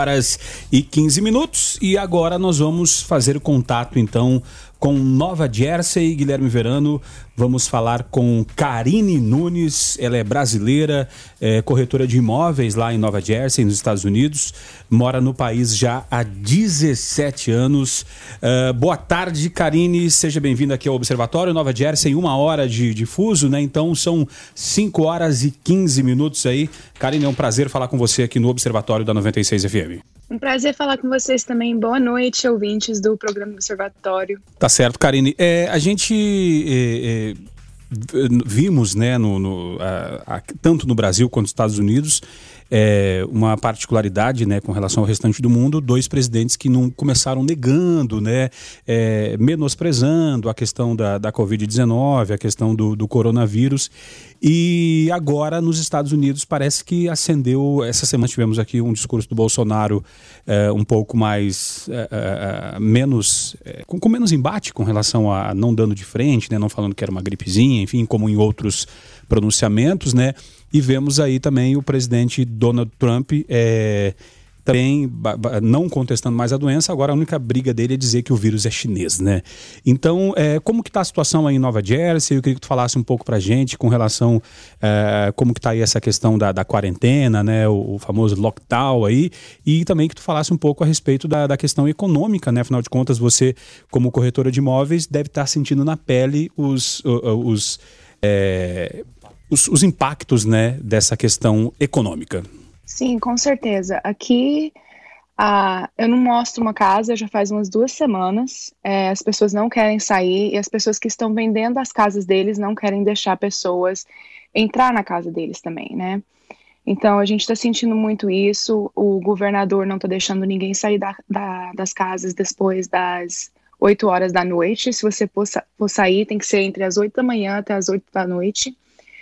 6h15 e agora nós vamos fazer contato então com Nova Jersey. Guilherme Verano, vamos falar com Karine Nunes, ela é brasileira, corretora de imóveis lá em Nova Jersey, nos Estados Unidos, mora no país já há 17 anos. Boa tarde, Karine, seja bem-vinda aqui ao Observatório Nova Jersey, 1 hora de fuso, né? Então são 5h15 aí. Karine, é um prazer falar com você aqui no Observatório da 96 FM.
Um prazer falar com vocês também. Boa noite, ouvintes do programa Observatório. Tá certo, Karine.
A gente vimos, né, tanto no Brasil quanto nos Estados Unidos, uma particularidade, né, com relação ao restante do mundo, 2 presidentes que não começaram negando, né, menosprezando a questão da Covid-19, a questão do coronavírus. E agora nos Estados Unidos parece que acendeu. Essa semana tivemos aqui um discurso do Bolsonaro um pouco mais com menos embate com relação a não dando de frente, né, não falando que era uma gripezinha, enfim, como em outros pronunciamentos, né? E vemos aí também o presidente Donald Trump também não contestando mais a doença. Agora a única briga dele é dizer que o vírus é chinês, né? Então, como que está a situação aí em Nova Jersey? Eu queria que tu falasse um pouco pra gente com relação como que está aí essa questão da quarentena, né? O famoso lockdown aí, e também que tu falasse um pouco a respeito da questão econômica, né? Afinal de contas, você, como corretora de imóveis, deve estar sentindo na pele os impactos, né, dessa questão econômica.
Sim, com certeza. Aqui eu não mostro uma casa já faz umas 2 semanas. As pessoas não querem sair e as pessoas que estão vendendo as casas deles não querem deixar pessoas entrar na casa deles também, né? Então a gente está sentindo muito isso. O governador não está deixando ninguém sair das casas depois das 8 horas da noite. Se você for sair, tem que ser entre as 8 da manhã até as 8 da noite.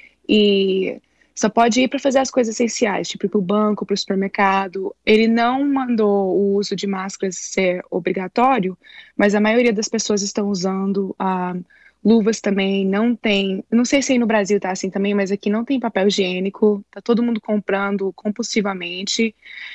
E só pode ir para fazer as coisas essenciais, tipo ir para o banco, para o supermercado. Ele não mandou o uso de máscaras ser obrigatório, mas a maioria das pessoas estão usando. Luvas também não tem. Não sei se aí no Brasil tá assim também, mas aqui não tem papel higiênico. Tá todo mundo comprando compulsivamente.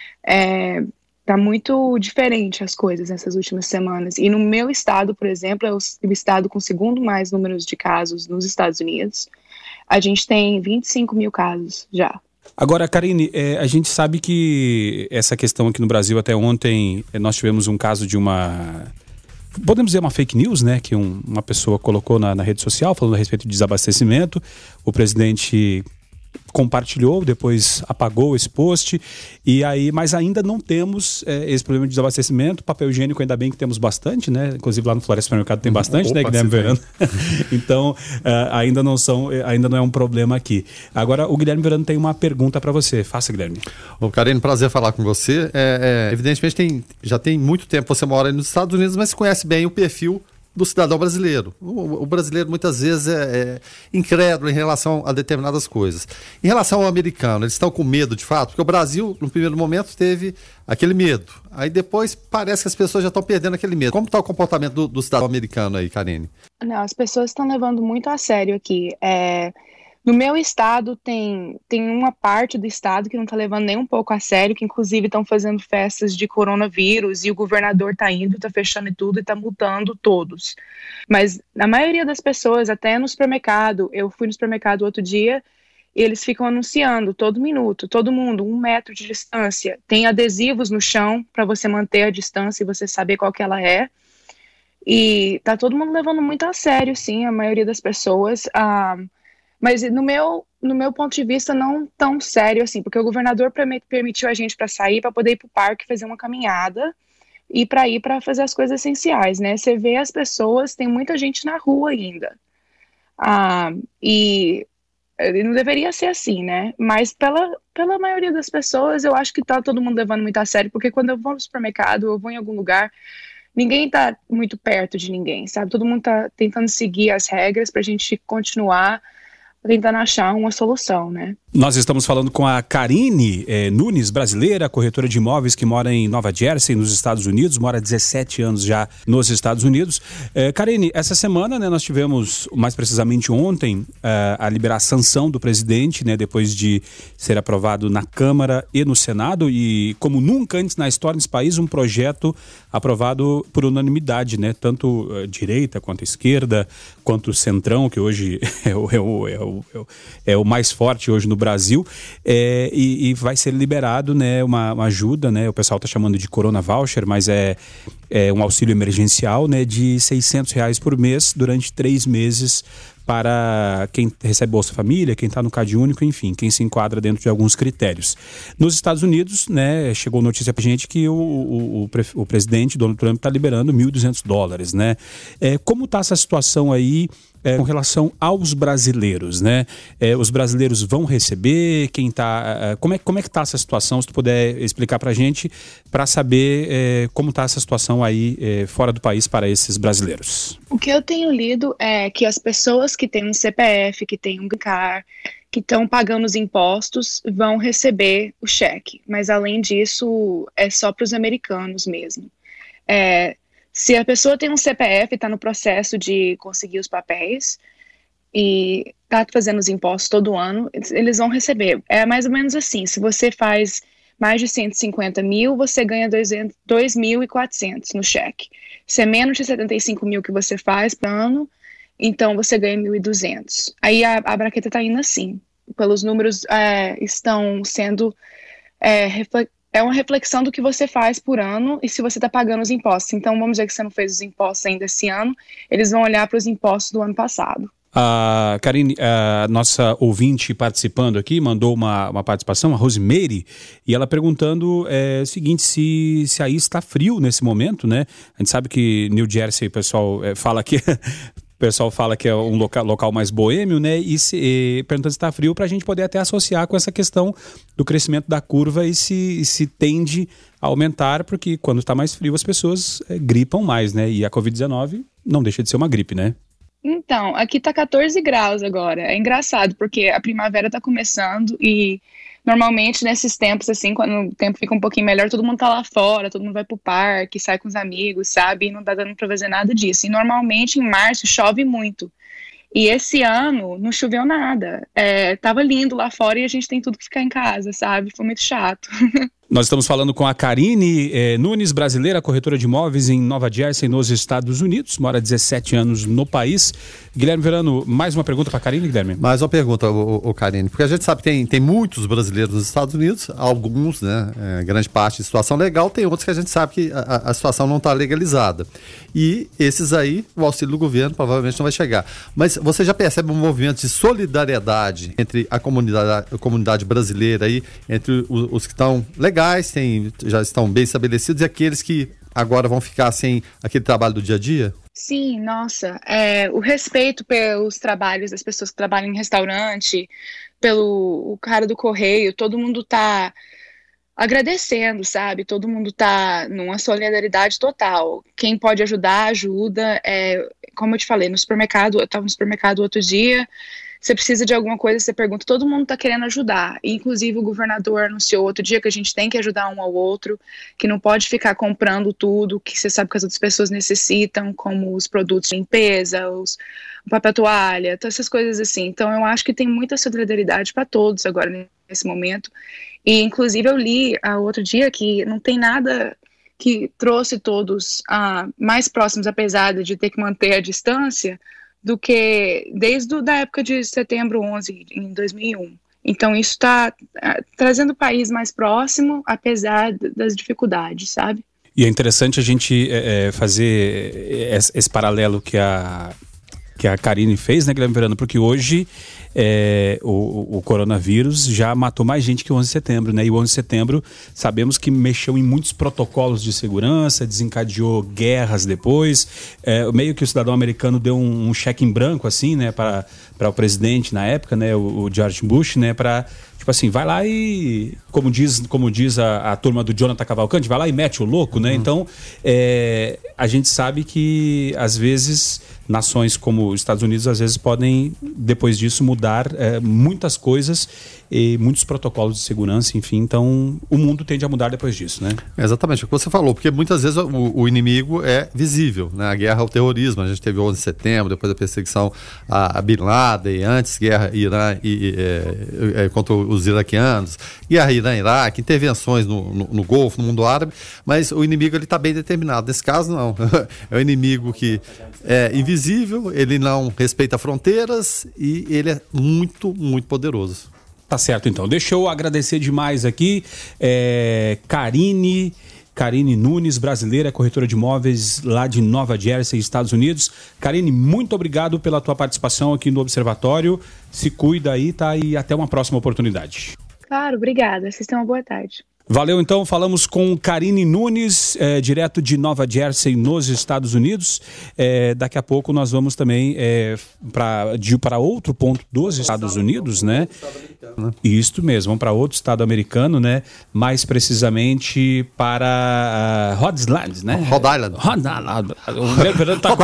Tá muito diferente as coisas nessas últimas semanas. E no meu estado, por exemplo, é o estado com o segundo mais números de casos nos Estados Unidos. A gente tem 25 mil casos já.
Agora, Karine, a gente sabe que essa questão aqui no Brasil, até ontem, nós tivemos um caso de podemos dizer uma fake news, né? Que uma pessoa colocou na rede social falando a respeito de desabastecimento. O presidente compartilhou, depois apagou esse post, mas ainda não temos esse problema de desabastecimento. Papel higiênico ainda bem que temos bastante, né? Inclusive lá no Floresta Supermercado tem bastante, né, Guilherme Verano? Então, ainda não é um problema aqui. Agora, o Guilherme Verano tem uma pergunta para você. Faça, Guilherme. Karine, prazer falar com você. Evidentemente, já tem muito tempo você mora aí nos Estados Unidos, mas conhece bem o perfil do cidadão brasileiro. O brasileiro muitas vezes é incrédulo em relação a determinadas coisas. Em relação ao americano, eles estão com medo de fato? Porque o Brasil, no primeiro momento, teve aquele medo. Aí depois parece que as pessoas já estão perdendo aquele medo. Como está o comportamento do cidadão americano aí, Karine?
Não, as pessoas estão levando muito a sério aqui. No meu estado tem uma parte do estado que não está levando nem um pouco a sério, que inclusive estão fazendo festas de coronavírus e o governador está indo, está fechando tudo e está multando todos. Mas a maioria das pessoas, até no supermercado, eu fui no supermercado outro dia, e eles ficam anunciando todo minuto, todo mundo, 1 metro de distância. Tem adesivos no chão para você manter a distância e você saber qual que ela é. E tá todo mundo levando muito a sério, sim, a maioria das pessoas. Mas no meu ponto de vista, não tão sério assim, porque o governador permitiu a gente para sair, para poder ir para o parque, fazer uma caminhada e para ir para fazer as coisas essenciais, né? Você vê as pessoas, tem muita gente na rua ainda. E não deveria ser assim, né? Mas pela maioria das pessoas, eu acho que tá todo mundo levando muito a sério, porque quando eu vou no supermercado, eu vou em algum lugar, ninguém tá muito perto de ninguém, sabe? Todo mundo tá tentando seguir as regras pra gente continuar tentando achar uma solução, né?
Nós estamos falando com a Karine Nunes, brasileira, corretora de imóveis que mora em Nova Jersey, nos Estados Unidos, mora há 17 anos já nos Estados Unidos. Karine, essa semana, né, nós tivemos, mais precisamente ontem, a sanção do presidente, né, depois de ser aprovado na Câmara e no Senado, e como nunca antes na história desse país, um projeto aprovado por unanimidade, né, tanto direita quanto esquerda, quanto o centrão, que hoje é o mais forte hoje no Brasil, e vai ser liberado, né, uma ajuda, né, o pessoal está chamando de Corona Voucher, mas é um auxílio emergencial, né, de R$600 por mês durante 3 meses para quem recebe Bolsa Família, quem está no Cade Único, enfim, quem se enquadra dentro de alguns critérios. Nos Estados Unidos, né, chegou notícia para a gente que o presidente Donald Trump está liberando $1.200, né? Como está essa situação aí com relação aos brasileiros, né? Os brasileiros vão receber? Quem tá, como é que está essa situação? Se tu puder explicar para a gente, para saber como está essa situação aí fora do país para esses brasileiros.
O que eu tenho lido é que as pessoas que têm um CPF, que têm um Green Card, que estão pagando os impostos, vão receber o cheque. Mas além disso, é só para os americanos mesmo. Se a pessoa tem um CPF e está no processo de conseguir os papéis e está fazendo os impostos todo ano, eles vão receber. É mais ou menos assim, se você faz mais de 150 mil, você ganha 2.400 no cheque. Se é menos de 75 mil que você faz por ano, então você ganha 1.200. Aí a braqueta está indo assim. Pelos números estão sendo... É uma reflexão do que você faz por ano e se você está pagando os impostos. Então, vamos dizer que você não fez os impostos ainda esse ano, eles vão olhar para os impostos do ano passado.
Karine, a nossa ouvinte participando aqui, mandou uma participação, a Rosemary, e ela perguntando o seguinte, se aí está frio nesse momento, né? A gente sabe que New Jersey, o pessoal fala que... O pessoal fala que é um local mais boêmio, né? E perguntando se está frio, para a gente poder até associar com essa questão do crescimento da curva e se tende a aumentar, porque quando está mais frio as pessoas gripam mais, né? E a Covid-19 não deixa de ser uma gripe, né?
Então, aqui tá 14 graus agora. É engraçado, porque a primavera tá começando e normalmente nesses tempos, assim, quando o tempo fica um pouquinho melhor, todo mundo tá lá fora, todo mundo vai pro parque, sai com os amigos, sabe? E não tá dando pra fazer nada disso. E normalmente em março chove muito. E esse ano não choveu nada. Tava lindo lá fora e a gente tem tudo que ficar em casa, sabe? Foi muito chato.
Nós estamos falando com a Karine Nunes, brasileira, corretora de imóveis em Nova Jersey, nos Estados Unidos. Mora há 17 anos no país. Guilherme Verano, mais uma pergunta para a Karine, Guilherme?
Mais uma pergunta, Karine. Porque a gente sabe que tem muitos brasileiros nos Estados Unidos, alguns, né, grande parte de situação legal, tem outros que a gente sabe que a situação não está legalizada. E esses aí, o auxílio do governo provavelmente não vai chegar. Mas você já percebe um movimento de solidariedade entre a comunidade brasileira aí, entre os que estão legais, já estão bem estabelecidos, e aqueles que agora vão ficar sem aquele trabalho do dia a dia?
Sim, nossa, o respeito pelos trabalhos das pessoas que trabalham em restaurante, pelo cara do correio, todo mundo tá agradecendo, sabe? Todo mundo tá numa solidariedade total. Quem pode ajudar, ajuda. Como eu te falei, no supermercado, eu estava no supermercado outro dia, você precisa de alguma coisa, você pergunta, todo mundo está querendo ajudar. Inclusive o governador anunciou outro dia que a gente tem que ajudar um ao outro, que não pode ficar comprando tudo que você sabe que as outras pessoas necessitam, como os produtos de limpeza, o papel toalha, todas essas coisas assim. Então eu acho que tem muita solidariedade para todos agora nesse momento. E inclusive eu li outro dia que não tem nada que trouxe todos mais próximos, apesar de ter que manter a distância, do que desde a época de setembro 11, em 2001. Então, isso está trazendo o país mais próximo, apesar das dificuldades, sabe?
E é interessante a gente fazer esse paralelo que a Karine fez, né, Guilherme Verano? Porque hoje o coronavírus já matou mais gente que o 11 de setembro, né? E o 11 de setembro sabemos que mexeu em muitos protocolos de segurança, desencadeou guerras depois. Meio que o cidadão americano deu um cheque em branco, assim, né, para o presidente na época, né, o George Bush, né, para tipo assim, vai lá e, como diz a turma do Jonathan Cavalcante, vai lá e mete o louco, né? Então, a gente sabe que, às vezes, nações como os Estados Unidos, às vezes, podem, depois disso, mudar muitas coisas e muitos protocolos de segurança, enfim. Então, o mundo tende a mudar depois disso, né?
Exatamente, o que você falou, porque muitas vezes o inimigo é visível, né? A guerra ao terrorismo, a gente teve o 11 de setembro, depois a perseguição a Bin Laden, antes guerra Irã contra os iraquianos, guerra Irã-Iraque, intervenções no Golfo, no mundo árabe, mas o inimigo está bem determinado. Nesse caso, não. É um inimigo que é invisível, ele não respeita fronteiras e ele é muito, muito poderoso.
Tá certo, então. Deixa eu agradecer demais aqui, Karine Nunes, brasileira, corretora de imóveis lá de Nova Jersey, Estados Unidos. Karine, muito obrigado pela tua participação aqui no Observatório. Se cuida aí, tá? E até uma próxima oportunidade.
Claro, obrigada. Vocês tenham uma boa tarde.
Valeu, então. Falamos com Karine Nunes, direto de Nova Jersey, nos Estados Unidos. Daqui a pouco nós vamos também para outro ponto dos Estados Unidos, né? Isso mesmo, vamos para outro estado americano, né? Mais precisamente para Rhode Island, né?
Rhode Island.
O Guilherme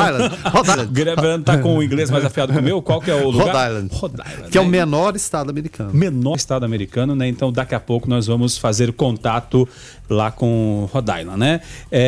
Verano tá com o inglês mais afiado que o meu. Qual que é o lugar?
Rhode Island, que é o menor estado americano.
Menor estado americano, né? Então daqui a pouco nós vamos fazer contato lá com Rhode Island, né?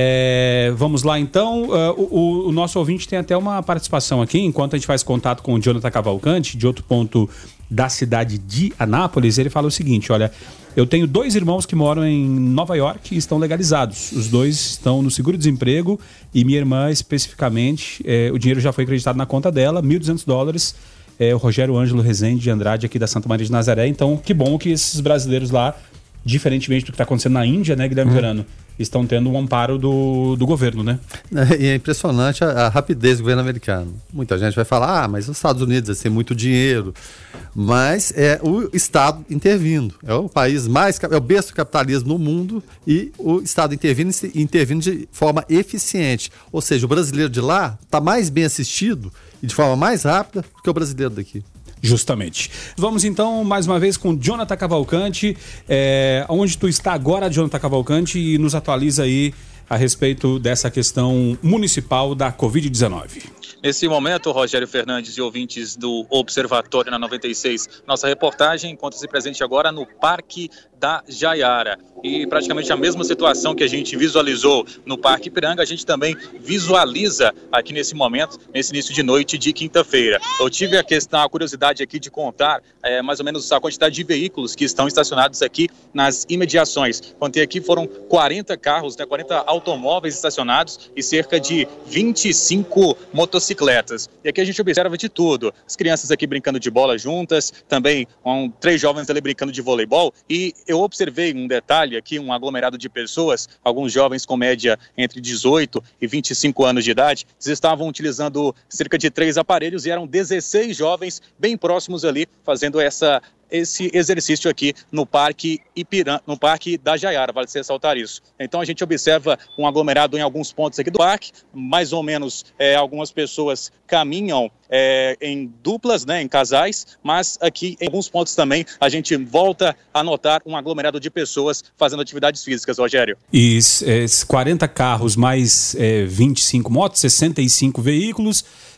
Vamos lá então, o nosso ouvinte tem até uma participação aqui, enquanto a gente faz contato com o Jonathan Cavalcante, de outro ponto da cidade de Anápolis. Ele fala o seguinte: olha, eu tenho 2 irmãos que moram em Nova York e estão legalizados. Os 2 estão no seguro-desemprego e minha irmã especificamente, o dinheiro já foi acreditado na conta dela, $1.200. O Rogério Ângelo Rezende de Andrade, aqui da Santa Maria de Nazaré. Então, que bom que esses brasileiros lá, diferentemente do que está acontecendo na Índia, né, Guilherme Verano, estão tendo um amparo do governo, né?
E é impressionante a rapidez do governo americano. Muita gente vai falar, mas os Estados Unidos têm muito dinheiro, mas é o Estado intervindo. É o país é o berço do capitalismo no mundo e o Estado intervindo de forma eficiente. Ou seja, o brasileiro de lá está mais bem assistido e de forma mais rápida do que o brasileiro daqui.
Justamente. Vamos então mais uma vez com Jonathan Cavalcante. Onde tu está agora, Jonathan Cavalcante, e nos atualiza aí a respeito dessa questão municipal da Covid-19.
Nesse momento, Rogério Fernandes e ouvintes do Observatório na 96, nossa reportagem encontra-se presente agora no Parque da Jaiara. E praticamente a mesma situação que a gente visualizou no Parque Ipiranga, a gente também visualiza aqui nesse momento, nesse início de noite de quinta-feira. Eu tive a curiosidade aqui de contar mais ou menos a quantidade de veículos que estão estacionados aqui nas imediações. Contei aqui, foram 40 carros, 40 automóveis estacionados e cerca de 25 motocicletas. E aqui a gente observa de tudo. As crianças aqui brincando de bola juntas, também 3 jovens ali brincando de voleibol. E eu observei um detalhe aqui, um aglomerado de pessoas, alguns jovens com média entre 18 e 25 anos de idade, eles estavam utilizando cerca de 3 aparelhos e eram 16 jovens bem próximos ali, fazendo esse exercício aqui no Parque no Parque da Jaiara, vale ressaltar isso. Então a gente observa um aglomerado em alguns pontos aqui do parque, mais ou menos algumas pessoas caminham em duplas, né, em casais, mas aqui em alguns pontos também a gente volta a notar um aglomerado de pessoas fazendo atividades físicas, Rogério.
E 40 carros mais 25 motos, 65 veículos,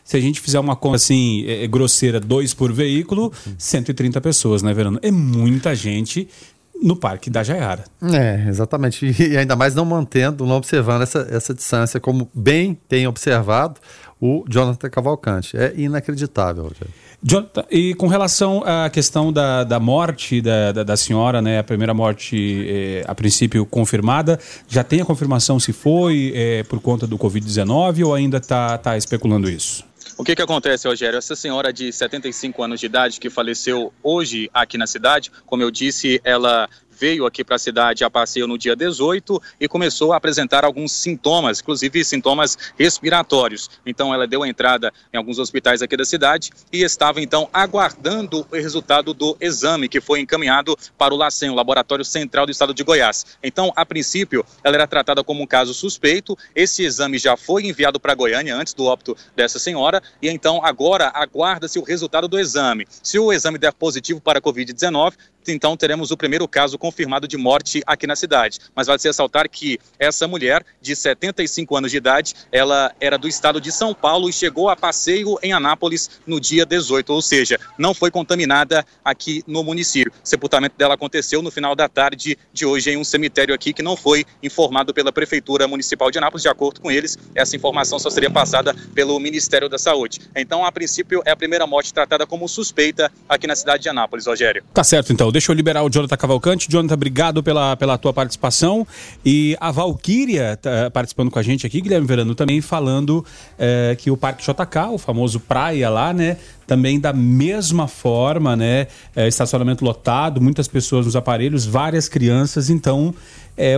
se a gente fizer uma conta assim, grosseira, 2 por veículo, 130 pessoas, né, Verano? É muita gente no Parque da Jaiara.
Exatamente. E ainda mais não observando essa distância, como bem tem observado o Jonathan Cavalcante. É inacreditável, Rogério.
Jonathan, e com relação à questão da morte da senhora, né, a primeira morte a princípio confirmada, já tem a confirmação se foi por conta do Covid-19 ou ainda está especulando isso?
O que acontece, Rogério? Essa senhora de 75 anos de idade que faleceu hoje aqui na cidade, como eu disse, ela veio aqui para a cidade a passeio no dia 18 e começou a apresentar alguns sintomas, inclusive sintomas respiratórios. Então ela deu entrada em alguns hospitais aqui da cidade e estava então aguardando o resultado do exame que foi encaminhado para o LACEN, o Laboratório Central do Estado de Goiás. Então, a princípio, ela era tratada como um caso suspeito, esse exame já foi enviado para Goiânia antes do óbito dessa senhora e então agora aguarda-se o resultado do exame. Se o exame der positivo para a Covid-19, então teremos o primeiro caso confirmado de morte aqui na cidade. Mas vale se ressaltar que essa mulher de 75 anos de idade, ela era do estado de São Paulo e chegou a passeio em Anápolis no dia 18, ou seja, não foi contaminada aqui no município. O sepultamento dela aconteceu no final da tarde de hoje em um cemitério aqui que não foi informado pela Prefeitura Municipal de Anápolis. De acordo com eles, essa informação só seria passada pelo Ministério da Saúde. Então, a princípio, é a primeira morte tratada como suspeita aqui na cidade de Anápolis, Rogério.
Tá certo, então. Deixa eu liberar o Jonathan Cavalcante. Jonathan, obrigado pela tua participação. E a Valquíria tá participando com a gente aqui, Guilherme Verano, também falando que o Parque JK, o famoso praia lá, né, também da mesma forma, né, estacionamento lotado, muitas pessoas nos aparelhos, várias crianças, então é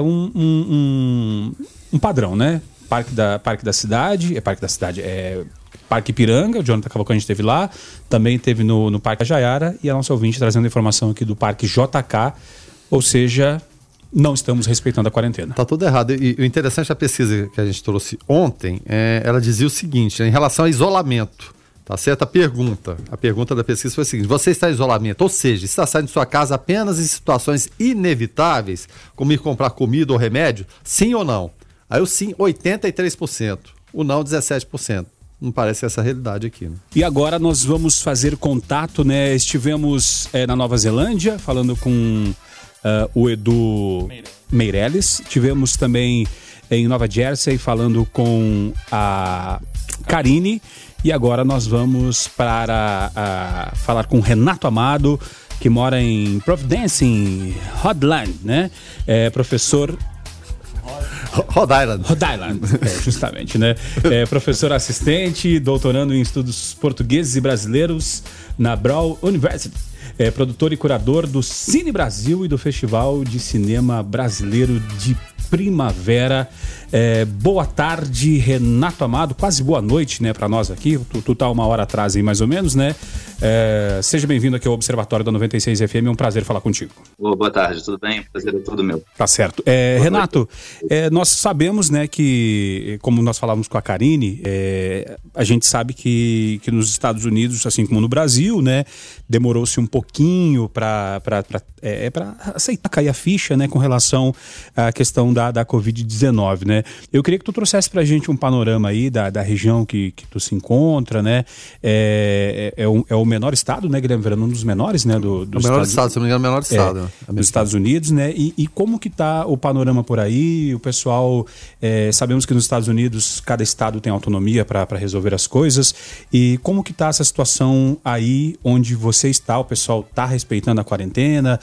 um padrão, né? Parque da Cidade, Parque Ipiranga, o Jonathan Cavalcante esteve lá, também esteve no Parque Jaiara e a nossa ouvinte trazendo informação aqui do Parque JK, ou seja, não estamos respeitando a quarentena.
Tá tudo errado. E o interessante da pesquisa que a gente trouxe ontem, ela dizia o seguinte, em relação ao isolamento, tá certo? A pergunta da pesquisa foi a seguinte: você está em isolamento, ou seja, está saindo de sua casa apenas em situações inevitáveis, como ir comprar comida ou remédio? Sim ou não? Aí o sim, 83%, o não, 17%. Não parece essa realidade aqui, né?
E agora nós vamos fazer contato, né? Estivemos na Nova Zelândia, falando com o Edu Meirelles. Tivemos também em Nova Jersey, falando com a Karine. E agora nós vamos para falar com Renato Amado, que mora em Providence, em Rhode Island, né? Professor...
Rhode Island,
justamente, né? Professor assistente, doutorando em estudos portugueses e brasileiros na Brown University. Produtor e curador do Cine Brasil e do Festival de Cinema Brasileiro de Primavera. Boa tarde, Renato Amado, quase boa noite, né, para nós aqui. Tu tá uma hora atrás aí, mais ou menos, né? Seja bem-vindo aqui ao Observatório da 96 FM, é um prazer falar contigo.
Boa tarde, tudo bem? Prazer é todo meu.
Tá certo. Renato, nós sabemos, né, que, como nós falávamos com a Karine, a gente sabe que nos Estados Unidos, assim como no Brasil, né, demorou-se um pouquinho para aceitar cair a ficha, né, com relação à questão da Covid-19, né? Eu queria que tu trouxesse pra gente um panorama aí da região que tu se encontra, né? É o menor estado, né, Guilherme Verano? Um dos menores, né? Do
menor estado, se não me engano, o menor estado.
Dos Estados Unidos, né? E como que tá o panorama por aí? O pessoal, sabemos que nos Estados Unidos cada estado tem autonomia para resolver as coisas. E como que tá essa situação aí onde você está? O pessoal tá respeitando a quarentena?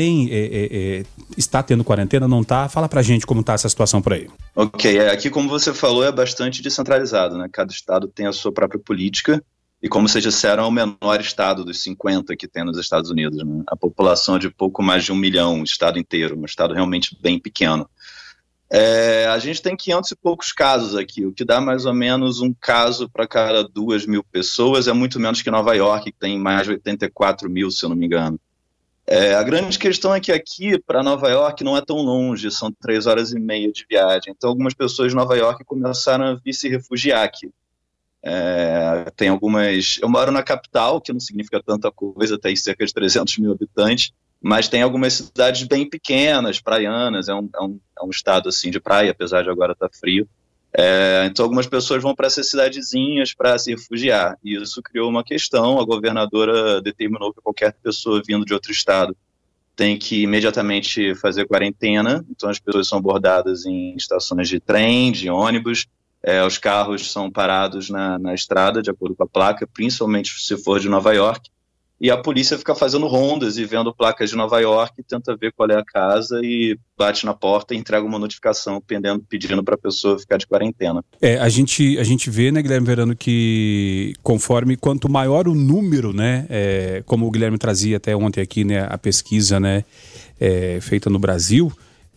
Está tendo quarentena, não tá? Fala pra gente como tá essa situação por aí.
Ok, aqui como você falou é bastante descentralizado, né? Cada estado tem a sua própria política e como vocês disseram é o menor estado dos 50 que tem nos Estados Unidos, né? A população é de pouco mais de 1 milhão, o estado inteiro, um estado realmente bem pequeno. A gente tem 500 e poucos casos aqui, o que dá mais ou menos um caso para cada 2.000 pessoas, é muito menos que Nova York, que tem mais de 84 mil, se eu não me engano. A grande questão é que aqui, para Nova York, não é tão longe, são 3 horas e meia de viagem. Então, algumas pessoas de Nova York começaram a vir se refugiar aqui. Tem algumas... Eu moro na capital, que não significa tanta coisa, tem cerca de 300 mil habitantes, mas tem algumas cidades bem pequenas, praianas, é um estado assim de praia, apesar de agora estar frio. Então algumas pessoas vão para essas cidadezinhas para se refugiar, e isso criou uma questão. A governadora determinou que qualquer pessoa vindo de outro estado tem que imediatamente fazer quarentena. Então as pessoas são abordadas em estações de trem, de ônibus, os carros são parados na estrada de acordo com a placa, principalmente se for de Nova York, e a polícia fica fazendo rondas e vendo placas de Nova York, tenta ver qual é a casa e bate na porta e entrega uma notificação pedindo para a pessoa ficar de quarentena.
A gente vê, né, Guilherme Verano, que conforme quanto maior o número, né, como o Guilherme trazia até ontem aqui, né, a pesquisa, né, feita no Brasil,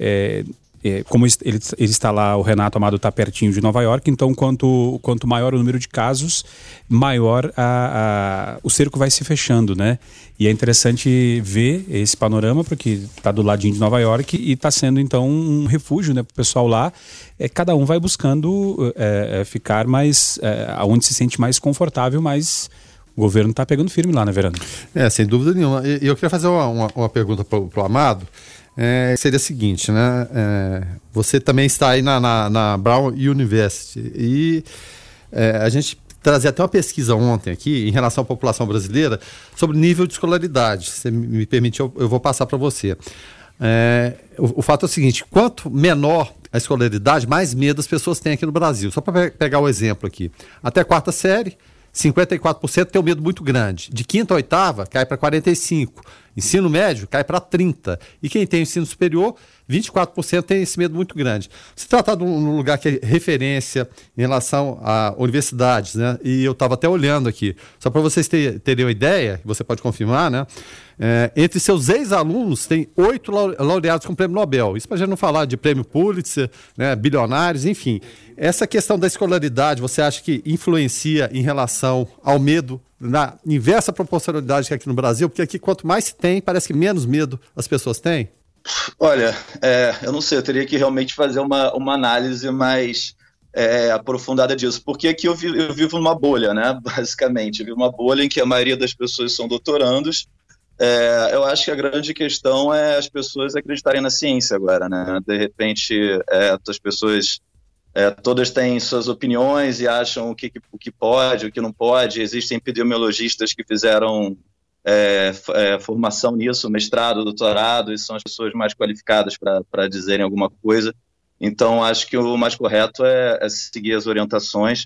como ele está lá, o Renato Amado está pertinho de Nova York, então quanto maior o número de casos, maior o cerco vai se fechando, né? E é interessante ver esse panorama, porque está do ladinho de Nova York e está sendo então um refúgio, né, para o pessoal lá. Cada um vai buscando ficar mais, aonde se sente mais confortável, mas o governo está pegando firme lá, né, Verano?
Sem dúvida nenhuma. E eu queria fazer uma pergunta para o Amado. Seria a seguinte, né? Você também está aí na Brown University e a gente trazia até uma pesquisa ontem aqui em relação à população brasileira sobre nível de escolaridade. Se me permite, eu vou passar para você. O fato é o seguinte: quanto menor a escolaridade, mais medo as pessoas têm aqui no Brasil. Só para pegar o exemplo aqui, até a 4ª série, 54% tem um medo muito grande. De 5ª a 8ª, cai para 45%. Ensino médio, cai para 30%. E quem tem ensino superior, 24% tem esse medo muito grande. Se trata de um lugar que é referência em relação a universidades, né? E eu estava até olhando aqui, só para vocês terem uma ideia, você pode confirmar, né? Entre seus ex-alunos, tem 8 laureados com prêmio Nobel. Isso para a gente não falar de prêmio Pulitzer, né, bilionários, enfim. Essa questão da escolaridade, você acha que influencia em relação ao medo, na inversa proporcionalidade que aqui no Brasil? Porque aqui, quanto mais se tem, parece que menos medo as pessoas têm?
Olha, eu não sei, eu teria que realmente fazer uma análise mais aprofundada disso, porque aqui eu vivo numa bolha, né, basicamente. Eu vivo uma bolha em que a maioria das pessoas são doutorandos. Eu acho que a grande questão é as pessoas acreditarem na ciência agora, né? De repente, as pessoas todas têm suas opiniões e acham o que pode, o que não pode. Existem epidemiologistas que fizeram formação nisso, mestrado, doutorado, e são as pessoas mais qualificadas para dizerem alguma coisa. Então, acho que o mais correto é seguir as orientações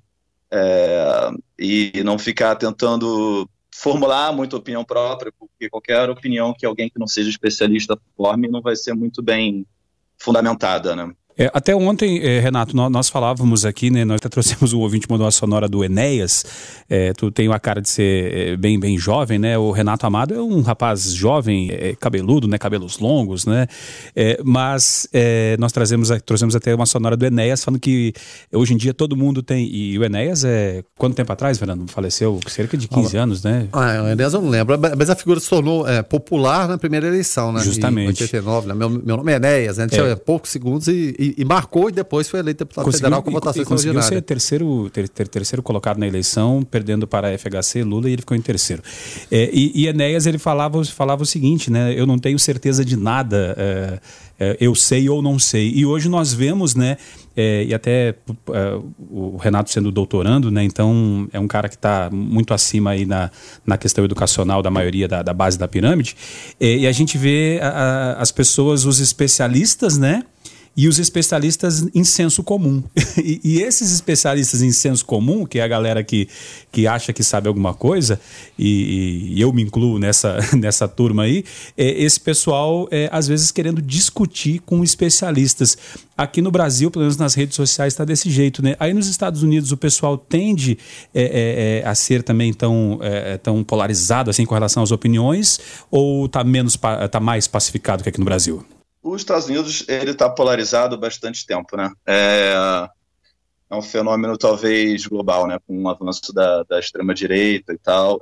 e não ficar tentando formular muita opinião própria, porque qualquer opinião que alguém que não seja especialista forme não vai ser muito bem fundamentada, né?
Até ontem, Renato, nós falávamos aqui, né? Nós até trouxemos o ouvinte, mandou uma sonora do Enéas. Tu tem uma cara de ser bem jovem, né? O Renato Amado é um rapaz jovem, cabeludo, né? Cabelos longos, né? Mas nós trouxemos até uma sonora do Enéas, falando que hoje em dia todo mundo tem. E o Enéas quanto tempo atrás, Fernando? Faleceu cerca de 15 anos, né?
O Enéas eu não lembro, mas a figura se tornou popular na primeira eleição, né?
Justamente.
Em 89, né? Meu nome é Enéas, né? Tinha poucos segundos e marcou, e depois foi eleito deputado federal com votação extraordinária.
Conseguiu ser terceiro colocado na eleição, perdendo para a FHC, Lula, e ele ficou em terceiro. E Enéas, ele falava o seguinte, né? Eu não tenho certeza de nada, eu sei ou não sei. E hoje nós vemos, né? E até o Renato sendo doutorando, né? Então é um cara que está muito acima aí na questão educacional da maioria da base da pirâmide. E a gente vê as pessoas, os especialistas, né? E os especialistas em senso comum. E esses especialistas em senso comum, que é a galera que acha que sabe alguma coisa, e eu me incluo nessa turma aí, esse pessoal, às vezes, querendo discutir com especialistas. Aqui no Brasil, pelo menos nas redes sociais, está desse jeito, né? Aí nos Estados Unidos o pessoal tende a ser também tão polarizado assim com relação às opiniões, ou está mais pacificado que aqui no Brasil?
Os Estados Unidos, ele está polarizado há bastante tempo, né? É um fenômeno talvez global, né? Com o avanço da extrema-direita e tal.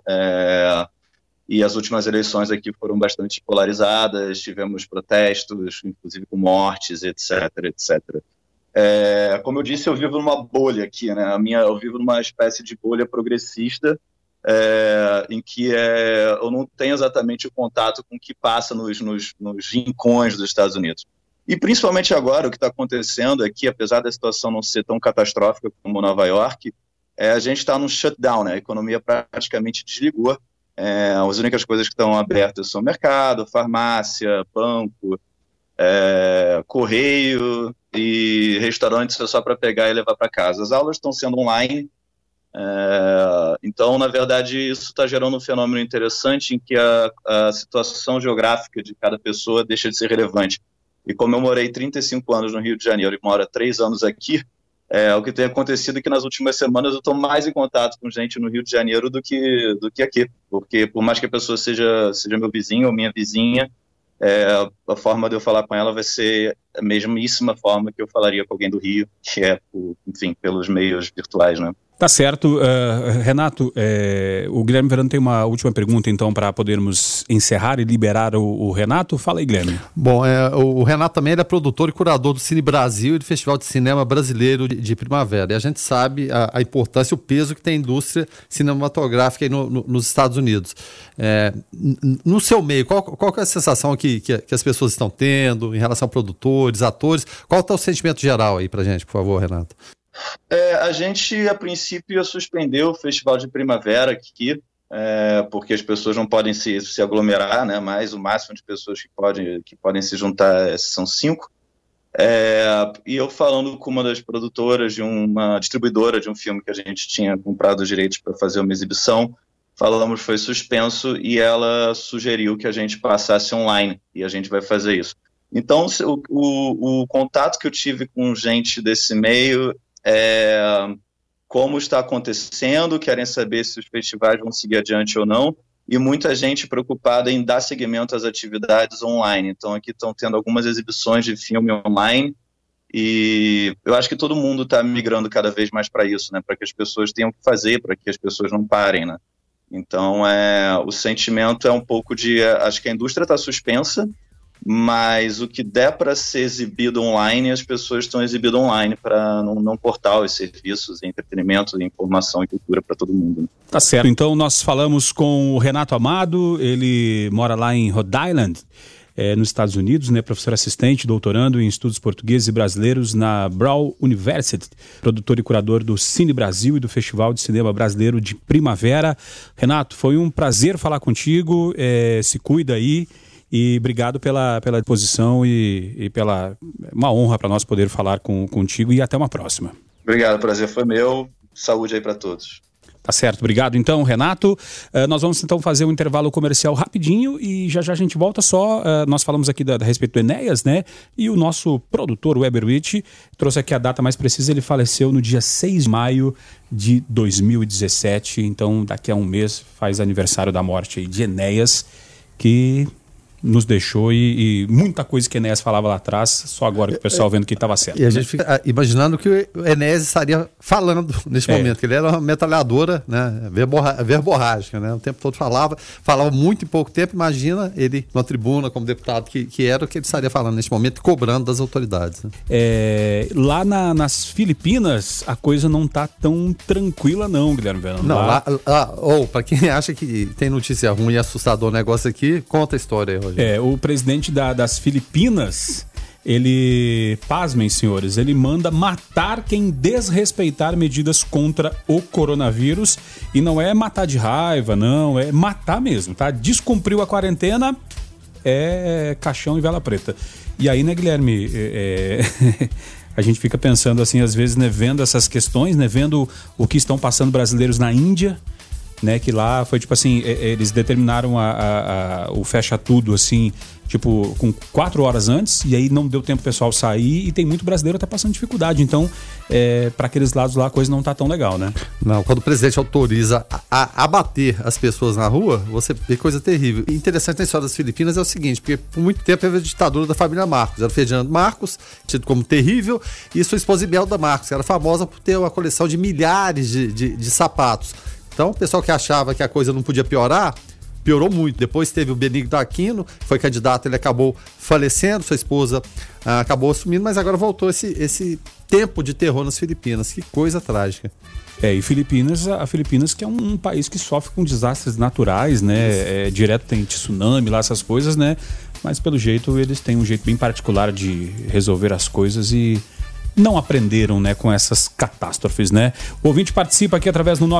E as últimas eleições aqui foram bastante polarizadas, tivemos protestos, inclusive com mortes, etc, etc. Como eu disse, eu vivo numa bolha aqui, né? Eu vivo numa espécie de bolha progressista, em que eu não tenho exatamente o contato com o que passa nos rincões dos Estados Unidos. E principalmente agora, o que está acontecendo é que, apesar da situação não ser tão catastrófica como Nova York, a gente está num shutdown, né? A economia praticamente desligou. As únicas coisas que estão abertas são mercado, farmácia, banco, correio e restaurantes só para pegar e levar para casa. As aulas estão sendo online. Então, na verdade, isso está gerando um fenômeno interessante em que a situação geográfica de cada pessoa deixa de ser relevante. E como eu morei 35 anos no Rio de Janeiro e moro há 3 anos aqui, o que tem acontecido é que nas últimas semanas eu estou mais em contato com gente no Rio de Janeiro do que aqui. Porque por mais que a pessoa seja meu vizinho ou minha vizinha, a forma de eu falar com ela vai ser a mesmíssima forma que eu falaria com alguém do Rio, que enfim, pelos meios virtuais, né?
Tá certo. Renato, o Guilherme Verano tem uma última pergunta, então, para podermos encerrar e liberar o Renato. Fala aí, Guilherme.
Bom, o Renato também é produtor e curador do Cine Brasil e do Festival de Cinema Brasileiro de Primavera. E a gente sabe a importância e o peso que tem a indústria cinematográfica aí nos Estados Unidos. No seu meio, qual que é a sensação que as pessoas estão tendo em relação a produtores, atores? Qual está o sentimento geral aí pra gente, por favor, Renato?
A gente, a princípio, suspendeu o Festival de Primavera aqui, porque as pessoas não podem se aglomerar, né? Mas o máximo de pessoas que podem se juntar são 5. E eu falando com uma das produtoras de uma distribuidora de um filme que a gente tinha comprado os direitos para fazer uma exibição, foi suspenso e ela sugeriu que a gente passasse online e a gente vai fazer isso. Então, o contato que eu tive com gente desse meio como está acontecendo, querem saber se os festivais vão seguir adiante ou não, e muita gente preocupada em dar seguimento às atividades online. Então aqui estão tendo algumas exibições de filme online, e eu acho que todo mundo está migrando cada vez mais para isso, né? Para que as pessoas tenham o que fazer, para que as pessoas não parem, né? Então o sentimento é um pouco acho que a indústria está suspensa, mas o que der para ser exibido online, as pessoas estão exibindo online para não cortar os serviços, entretenimento, informação e cultura para todo mundo. Né?
Tá certo. Então nós falamos com o Renato Amado, ele mora lá em Rhode Island, nos Estados Unidos, né? Professor assistente, doutorando em estudos portugueses e brasileiros na Brown University, produtor e curador do Cine Brasil e do Festival de Cinema Brasileiro de Primavera. Renato, foi um prazer falar contigo, se cuida aí. E obrigado pela disposição e pela uma honra para nós poder falar contigo, e até uma próxima.
Obrigado, o prazer foi meu. Saúde aí para todos.
Tá certo, obrigado então, Renato. Nós vamos então fazer um intervalo comercial rapidinho e já a gente volta só. Nós falamos aqui a respeito do Enéas, né? E o nosso produtor, o Eberwitch, trouxe aqui a data mais precisa. Ele faleceu no dia 6 de maio de 2017. Então, daqui a um mês faz aniversário da morte aí de Enéas, que nos deixou e muita coisa que Enéas falava lá atrás, só agora que o pessoal vendo que estava certo.
E a gente fica imaginando que o Enéas estaria falando nesse momento, que ele era uma metralhadora, né, verborrágica, né, o tempo todo falava muito em pouco tempo. Imagina ele na tribuna como deputado que era o que ele estaria falando nesse momento, cobrando das autoridades. Né?
Lá nas Filipinas a coisa não tá tão tranquila não, Guilherme Verano.
Não, para quem acha que tem notícia ruim e assustador o negócio aqui, conta a história aí, Rogério.
O presidente das Filipinas, ele, pasmem senhores, ele manda matar quem desrespeitar medidas contra o coronavírus, e não é matar de raiva, não, é matar mesmo, tá? Descumpriu a quarentena, caixão e vela preta. E aí, né, Guilherme, a gente fica pensando assim, às vezes, né, vendo essas questões, né, vendo o que estão passando brasileiros na Índia, né, que lá foi tipo assim, eles determinaram o fecha tudo assim, tipo, com 4 horas antes, e aí não deu tempo pro pessoal sair, e tem muito brasileiro até passando dificuldade. Então, para aqueles lados lá a coisa não tá tão legal, né?
Não, quando o presidente autoriza a abater as pessoas na rua, você vê coisa terrível. E interessante na história das Filipinas é o seguinte, porque por muito tempo teve a ditadura da família Marcos. Era o Ferdinando Marcos, tido como terrível, e sua esposa Imelda Marcos, que era famosa por ter uma coleção de milhares de sapatos. Então, o pessoal que achava que a coisa não podia piorar, piorou muito. Depois teve o Benigno Aquino, foi candidato, ele acabou falecendo, sua esposa acabou assumindo, mas agora voltou esse tempo de terror nas Filipinas. Que coisa trágica.
E a Filipinas que é um país que sofre com desastres naturais, né? Direto tem tsunami lá, essas coisas, né? Mas pelo jeito eles têm um jeito bem particular de resolver as coisas e não aprenderam, né, com essas catástrofes, né? O ouvinte participa aqui através do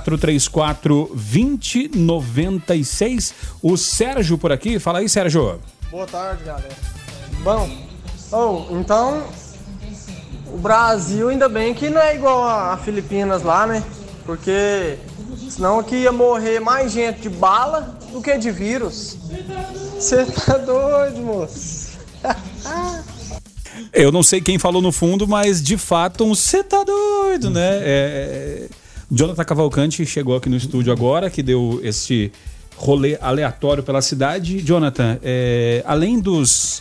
994-34-2096. O Sérgio por aqui. Fala aí, Sérgio.
Boa tarde, galera. Bom, então o Brasil ainda bem que não é igual a Filipinas lá, né? Porque senão aqui ia morrer mais gente de bala do que de vírus. Você tá doido, moço?
Eu não sei quem falou no fundo, mas de fato você tá doido, né? Jonathan Cavalcante chegou aqui no estúdio agora, que deu esse rolê aleatório pela cidade. Jonathan, além dos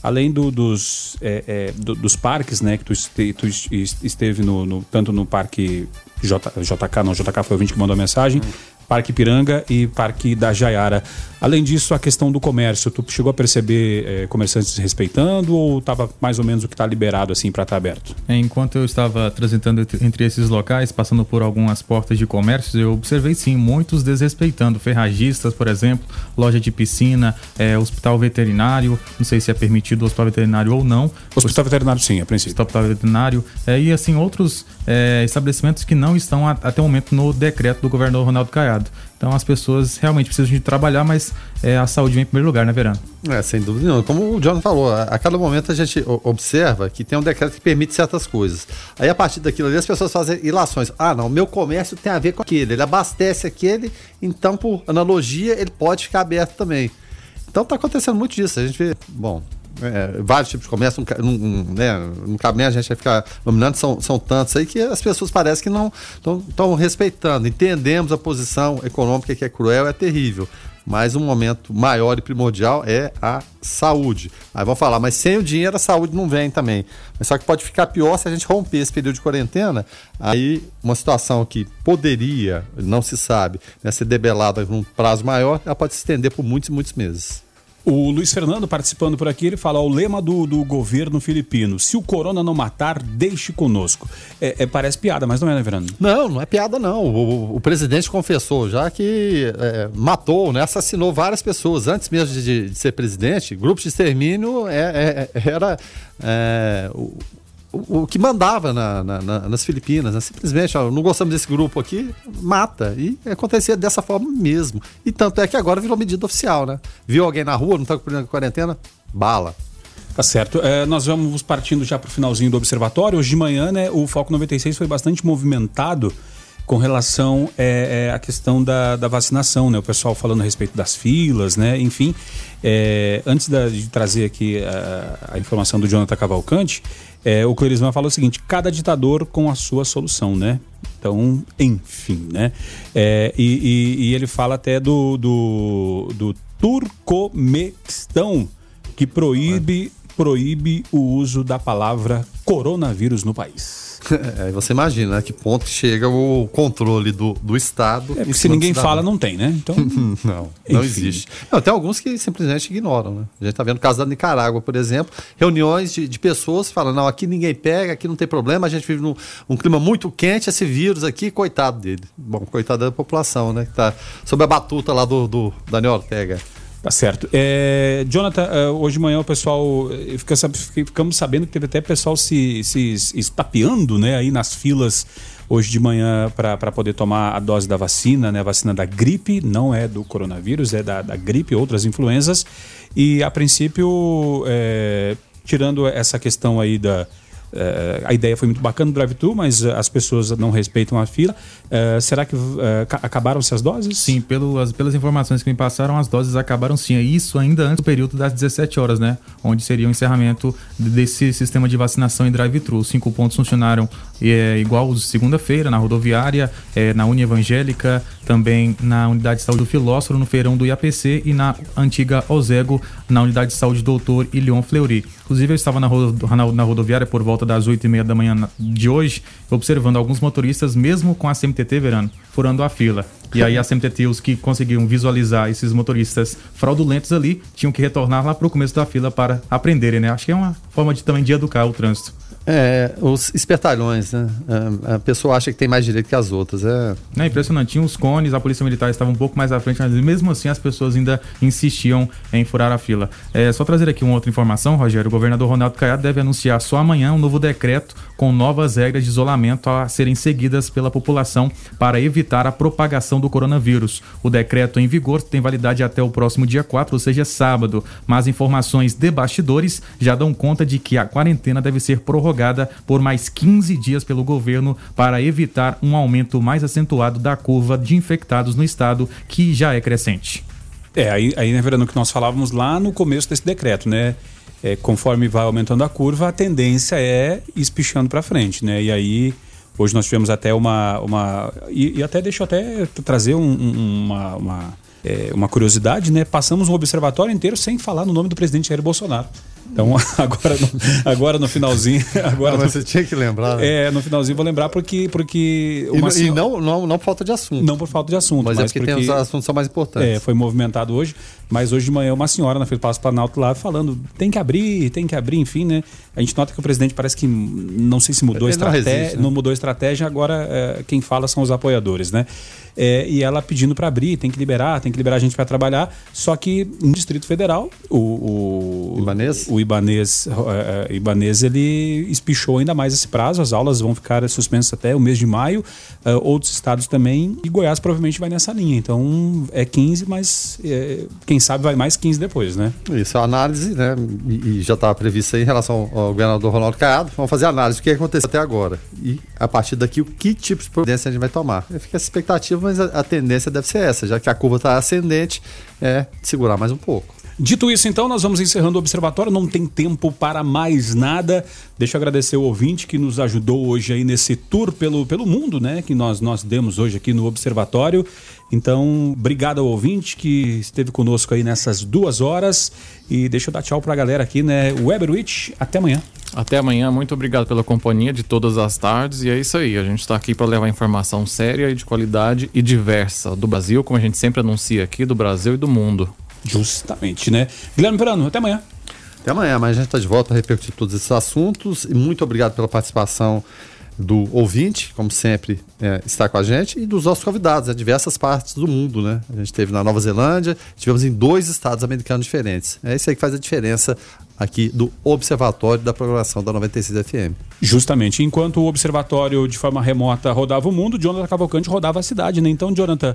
parques, né, que tu esteve tanto no Parque JK foi o ouvinte que mandou a mensagem, Parque Ipiranga e Parque da Jaiara. Além disso, a questão do comércio, tu chegou a perceber comerciantes respeitando ou estava mais ou menos o que está liberado assim para estar aberto?
Enquanto eu estava transitando entre esses locais, passando por algumas portas de comércio, eu observei sim, muitos desrespeitando. Ferragistas, por exemplo, loja de piscina, hospital veterinário, não sei se é permitido o hospital veterinário ou não.
Hospital veterinário sim, a princípio.
Hospital veterinário e assim outros estabelecimentos que não estão até o momento no decreto do governador Ronaldo Caiado. Então as pessoas realmente precisam de trabalhar, mas a saúde vem em primeiro lugar, né, Verano?
Sem dúvida nenhuma. Como o John falou, a cada momento a gente observa que tem um decreto que permite certas coisas. Aí a partir daquilo ali as pessoas fazem ilações. Não, meu comércio tem a ver com aquele, ele abastece aquele, então por analogia ele pode ficar aberto também. Então tá acontecendo muito disso. A gente vê, vários tipos de comércio, não cabe nem a gente ficar nominando, são tantos aí que as pessoas parecem que não estão respeitando. Entendemos a posição econômica que é cruel, é terrível, mas um momento maior e primordial é a saúde. Aí vão falar, mas sem o dinheiro a saúde não vem também. Mas só que pode ficar pior se a gente romper esse período de quarentena. Aí uma situação que poderia, não se sabe, ser debelada num prazo maior, ela pode se estender por muitos e muitos meses.
O Luiz Fernando participando por aqui, ele fala o lema do governo filipino: se o corona não matar, deixe conosco. Parece piada, mas não é, né, Fernando?
Não é piada não. O presidente confessou já que matou, né, assassinou várias pessoas. Antes mesmo de ser presidente, grupos de extermínio era o que mandava nas Filipinas, né? Simplesmente, não gostamos desse grupo aqui, mata. E acontecia dessa forma mesmo. E tanto é que agora virou medida oficial, né? Viu alguém na rua, não está cumprindo a quarentena? Bala.
Tá certo. Nós vamos partindo já para o finalzinho do observatório. Hoje de manhã, né, o Foco 96 foi bastante movimentado com relação à questão da vacinação, né? O pessoal falando a respeito das filas, né? Enfim, antes de trazer aqui a informação do Jonathan Cavalcante, o Clerisman fala o seguinte: cada ditador com a sua solução, né? Então, enfim, né? E ele fala até do Turcomenistão, que proíbe o uso da palavra coronavírus no país.
Você imagina, né, que ponto chega o controle do Estado.
Se ninguém fala, não tem, né? Então,
não existe. Tem alguns que simplesmente ignoram, né? A gente está vendo o caso da Nicarágua, por exemplo, reuniões de pessoas falando, não, aqui ninguém pega, aqui não tem problema, a gente vive num clima muito quente, esse vírus aqui, coitado dele. Bom, coitado da população, né? Que está sob a batuta lá do Daniel Ortega.
Tá certo. Jonathan, hoje de manhã o pessoal, ficamos sabendo que teve até pessoal se estapeando, né, aí nas filas hoje de manhã para poder tomar a dose da vacina, né, a vacina da gripe, não é do coronavírus, é da gripe e outras influenzas. E a princípio, tirando essa questão aí a ideia foi muito bacana do drive-thru, mas as pessoas não respeitam a fila. Será que acabaram-se as doses?
Sim, pelas informações que me passaram, as doses acabaram sim. Isso ainda antes do período das 17 horas, né? Onde seria o encerramento desse sistema de vacinação em drive-thru. Os 5 pontos funcionaram igual os de segunda-feira, na rodoviária, na Uni Evangélica, também na Unidade de Saúde do Filósforo, no Feirão do IAPC e na antiga Ozego, na Unidade de Saúde Doutor Ilion Fleury. Inclusive, eu estava na rodoviária por volta volta das 8h30 da manhã de hoje, observando alguns motoristas, mesmo com a CMTT, Verano, furando a fila. E aí a CMTT, os que conseguiam visualizar esses motoristas fraudulentos ali, tinham que retornar lá para o começo da fila para aprenderem, né? Acho que é uma forma também de educar o trânsito.
Os espertalhões, né? A pessoa acha que tem mais direito que as outras.
É impressionante. Tinha os cones, a polícia militar estava um pouco mais à frente, mas mesmo assim as pessoas ainda insistiam em furar a fila. Só trazer aqui uma outra informação, Rogério. O governador Ronaldo Caiado deve anunciar só amanhã um novo decreto com novas regras de isolamento a serem seguidas pela população para evitar a propagação do coronavírus. O decreto em vigor tem validade até o próximo dia 4, ou seja, sábado. Mas informações de bastidores já dão conta de que a quarentena deve ser prorrogada por mais 15 dias pelo governo para evitar um aumento mais acentuado da curva de infectados no estado, que já é crescente.
Aí, né, Verano, que nós falávamos lá no começo desse decreto, né? Conforme vai aumentando a curva, a tendência é espichando para frente, né? E aí, hoje nós tivemos até deixa eu até trazer uma curiosidade, né? Passamos um observatório inteiro sem falar no nome do presidente Jair Bolsonaro. Então, agora no finalzinho...
Mas você tinha que lembrar.
Né? No finalzinho vou lembrar porque
não por falta de assunto.
Não por falta de assunto.
Mas porque tem os assuntos são mais importantes.
Foi movimentado hoje, mas hoje de manhã uma senhora na frente do Palácio Planalto lá falando, tem que abrir, enfim, né? A gente nota que o presidente parece que, não sei se mudou a estratégia, não mudou a estratégia, agora quem fala são os apoiadores, né? E ela pedindo para abrir, tem que liberar a gente para trabalhar, só que no Distrito Federal, o Ibanez ele espichou ainda mais esse prazo, as aulas vão ficar suspensas até o mês de maio, outros estados também, e Goiás provavelmente vai nessa linha, então 15, mas quem sabe vai mais 15 depois, né?
Isso é uma análise, né? E já estava previsto aí em relação ao governador Ronaldo Caiado, vamos fazer a análise do que aconteceu até agora, e a partir daqui, que tipo de providência a gente vai tomar. Fica essa expectativa, mas a tendência deve ser essa, já que a curva está ascendente, segurar mais um pouco.
Dito isso, então, nós vamos encerrando o observatório, não tem tempo para mais nada. Deixa eu agradecer o ouvinte que nos ajudou hoje aí nesse tour pelo mundo, né, que nós demos hoje aqui no observatório. Então, obrigado ao ouvinte que esteve conosco aí nessas 2 horas. E deixa eu dar tchau pra galera aqui, né? Weberwitch, até amanhã.
Até amanhã, muito obrigado pela companhia de todas as tardes. E é isso aí, a gente está aqui para levar informação séria e de qualidade e diversa do Brasil, como a gente sempre anuncia aqui, do Brasil e do mundo.
Justamente, né? Guilherme Verano, até amanhã.
Até amanhã, mas a gente está de volta para repercutir todos esses assuntos. E muito obrigado pela participação do ouvinte, como sempre, está com a gente, e dos nossos convidados, diversas partes do mundo, né? A gente esteve na Nova Zelândia, estivemos em 2 estados americanos diferentes. É isso aí que faz a diferença aqui do Observatório da Programação da 96 FM.
Justamente. Enquanto o Observatório de forma remota rodava o mundo, Jonathan Cavalcante rodava a cidade, né? Então, Jonathan,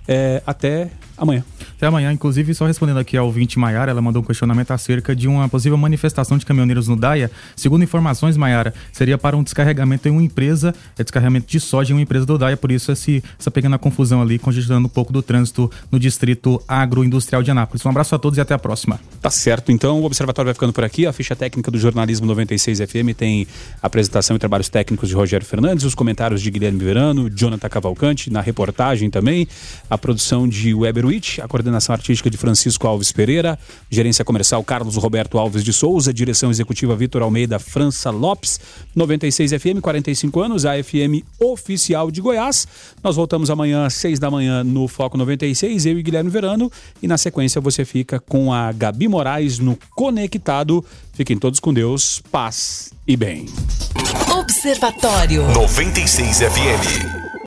até amanhã.
Até amanhã. Inclusive, só respondendo aqui ao ouvinte Maiara, ela mandou um questionamento acerca de uma possível manifestação de caminhoneiros no DAIA. Segundo informações, Maiara, seria para um descarregamento em uma empresa, descarregamento de soja em uma empresa do DAIA, por isso essa pequena confusão ali, congestionando um pouco do trânsito no distrito agroindustrial de Anápolis. Um abraço a todos e até a próxima.
Tá certo, então o Observatório vai ficando por aqui. A ficha técnica do Jornalismo 96 FM tem apresentação e trabalhos técnicos de Rogério Fernandes, os comentários de Guilherme Verano, Jonathan Cavalcante, na reportagem também, a produção de Weberwitch, a coordenação artística de Francisco Alves Pereira, gerência comercial Carlos Roberto Alves de Souza, direção executiva Vitor Almeida França Lopes, 96 FM, 45 anos, a FM oficial de Goiás. Nós voltamos amanhã às 6 da manhã no Foco 96, eu e Guilherme Verano, e na sequência você fica com a Gabi Moraes no Conectado. Fiquem todos com Deus, paz e bem.
Observatório 96 FM.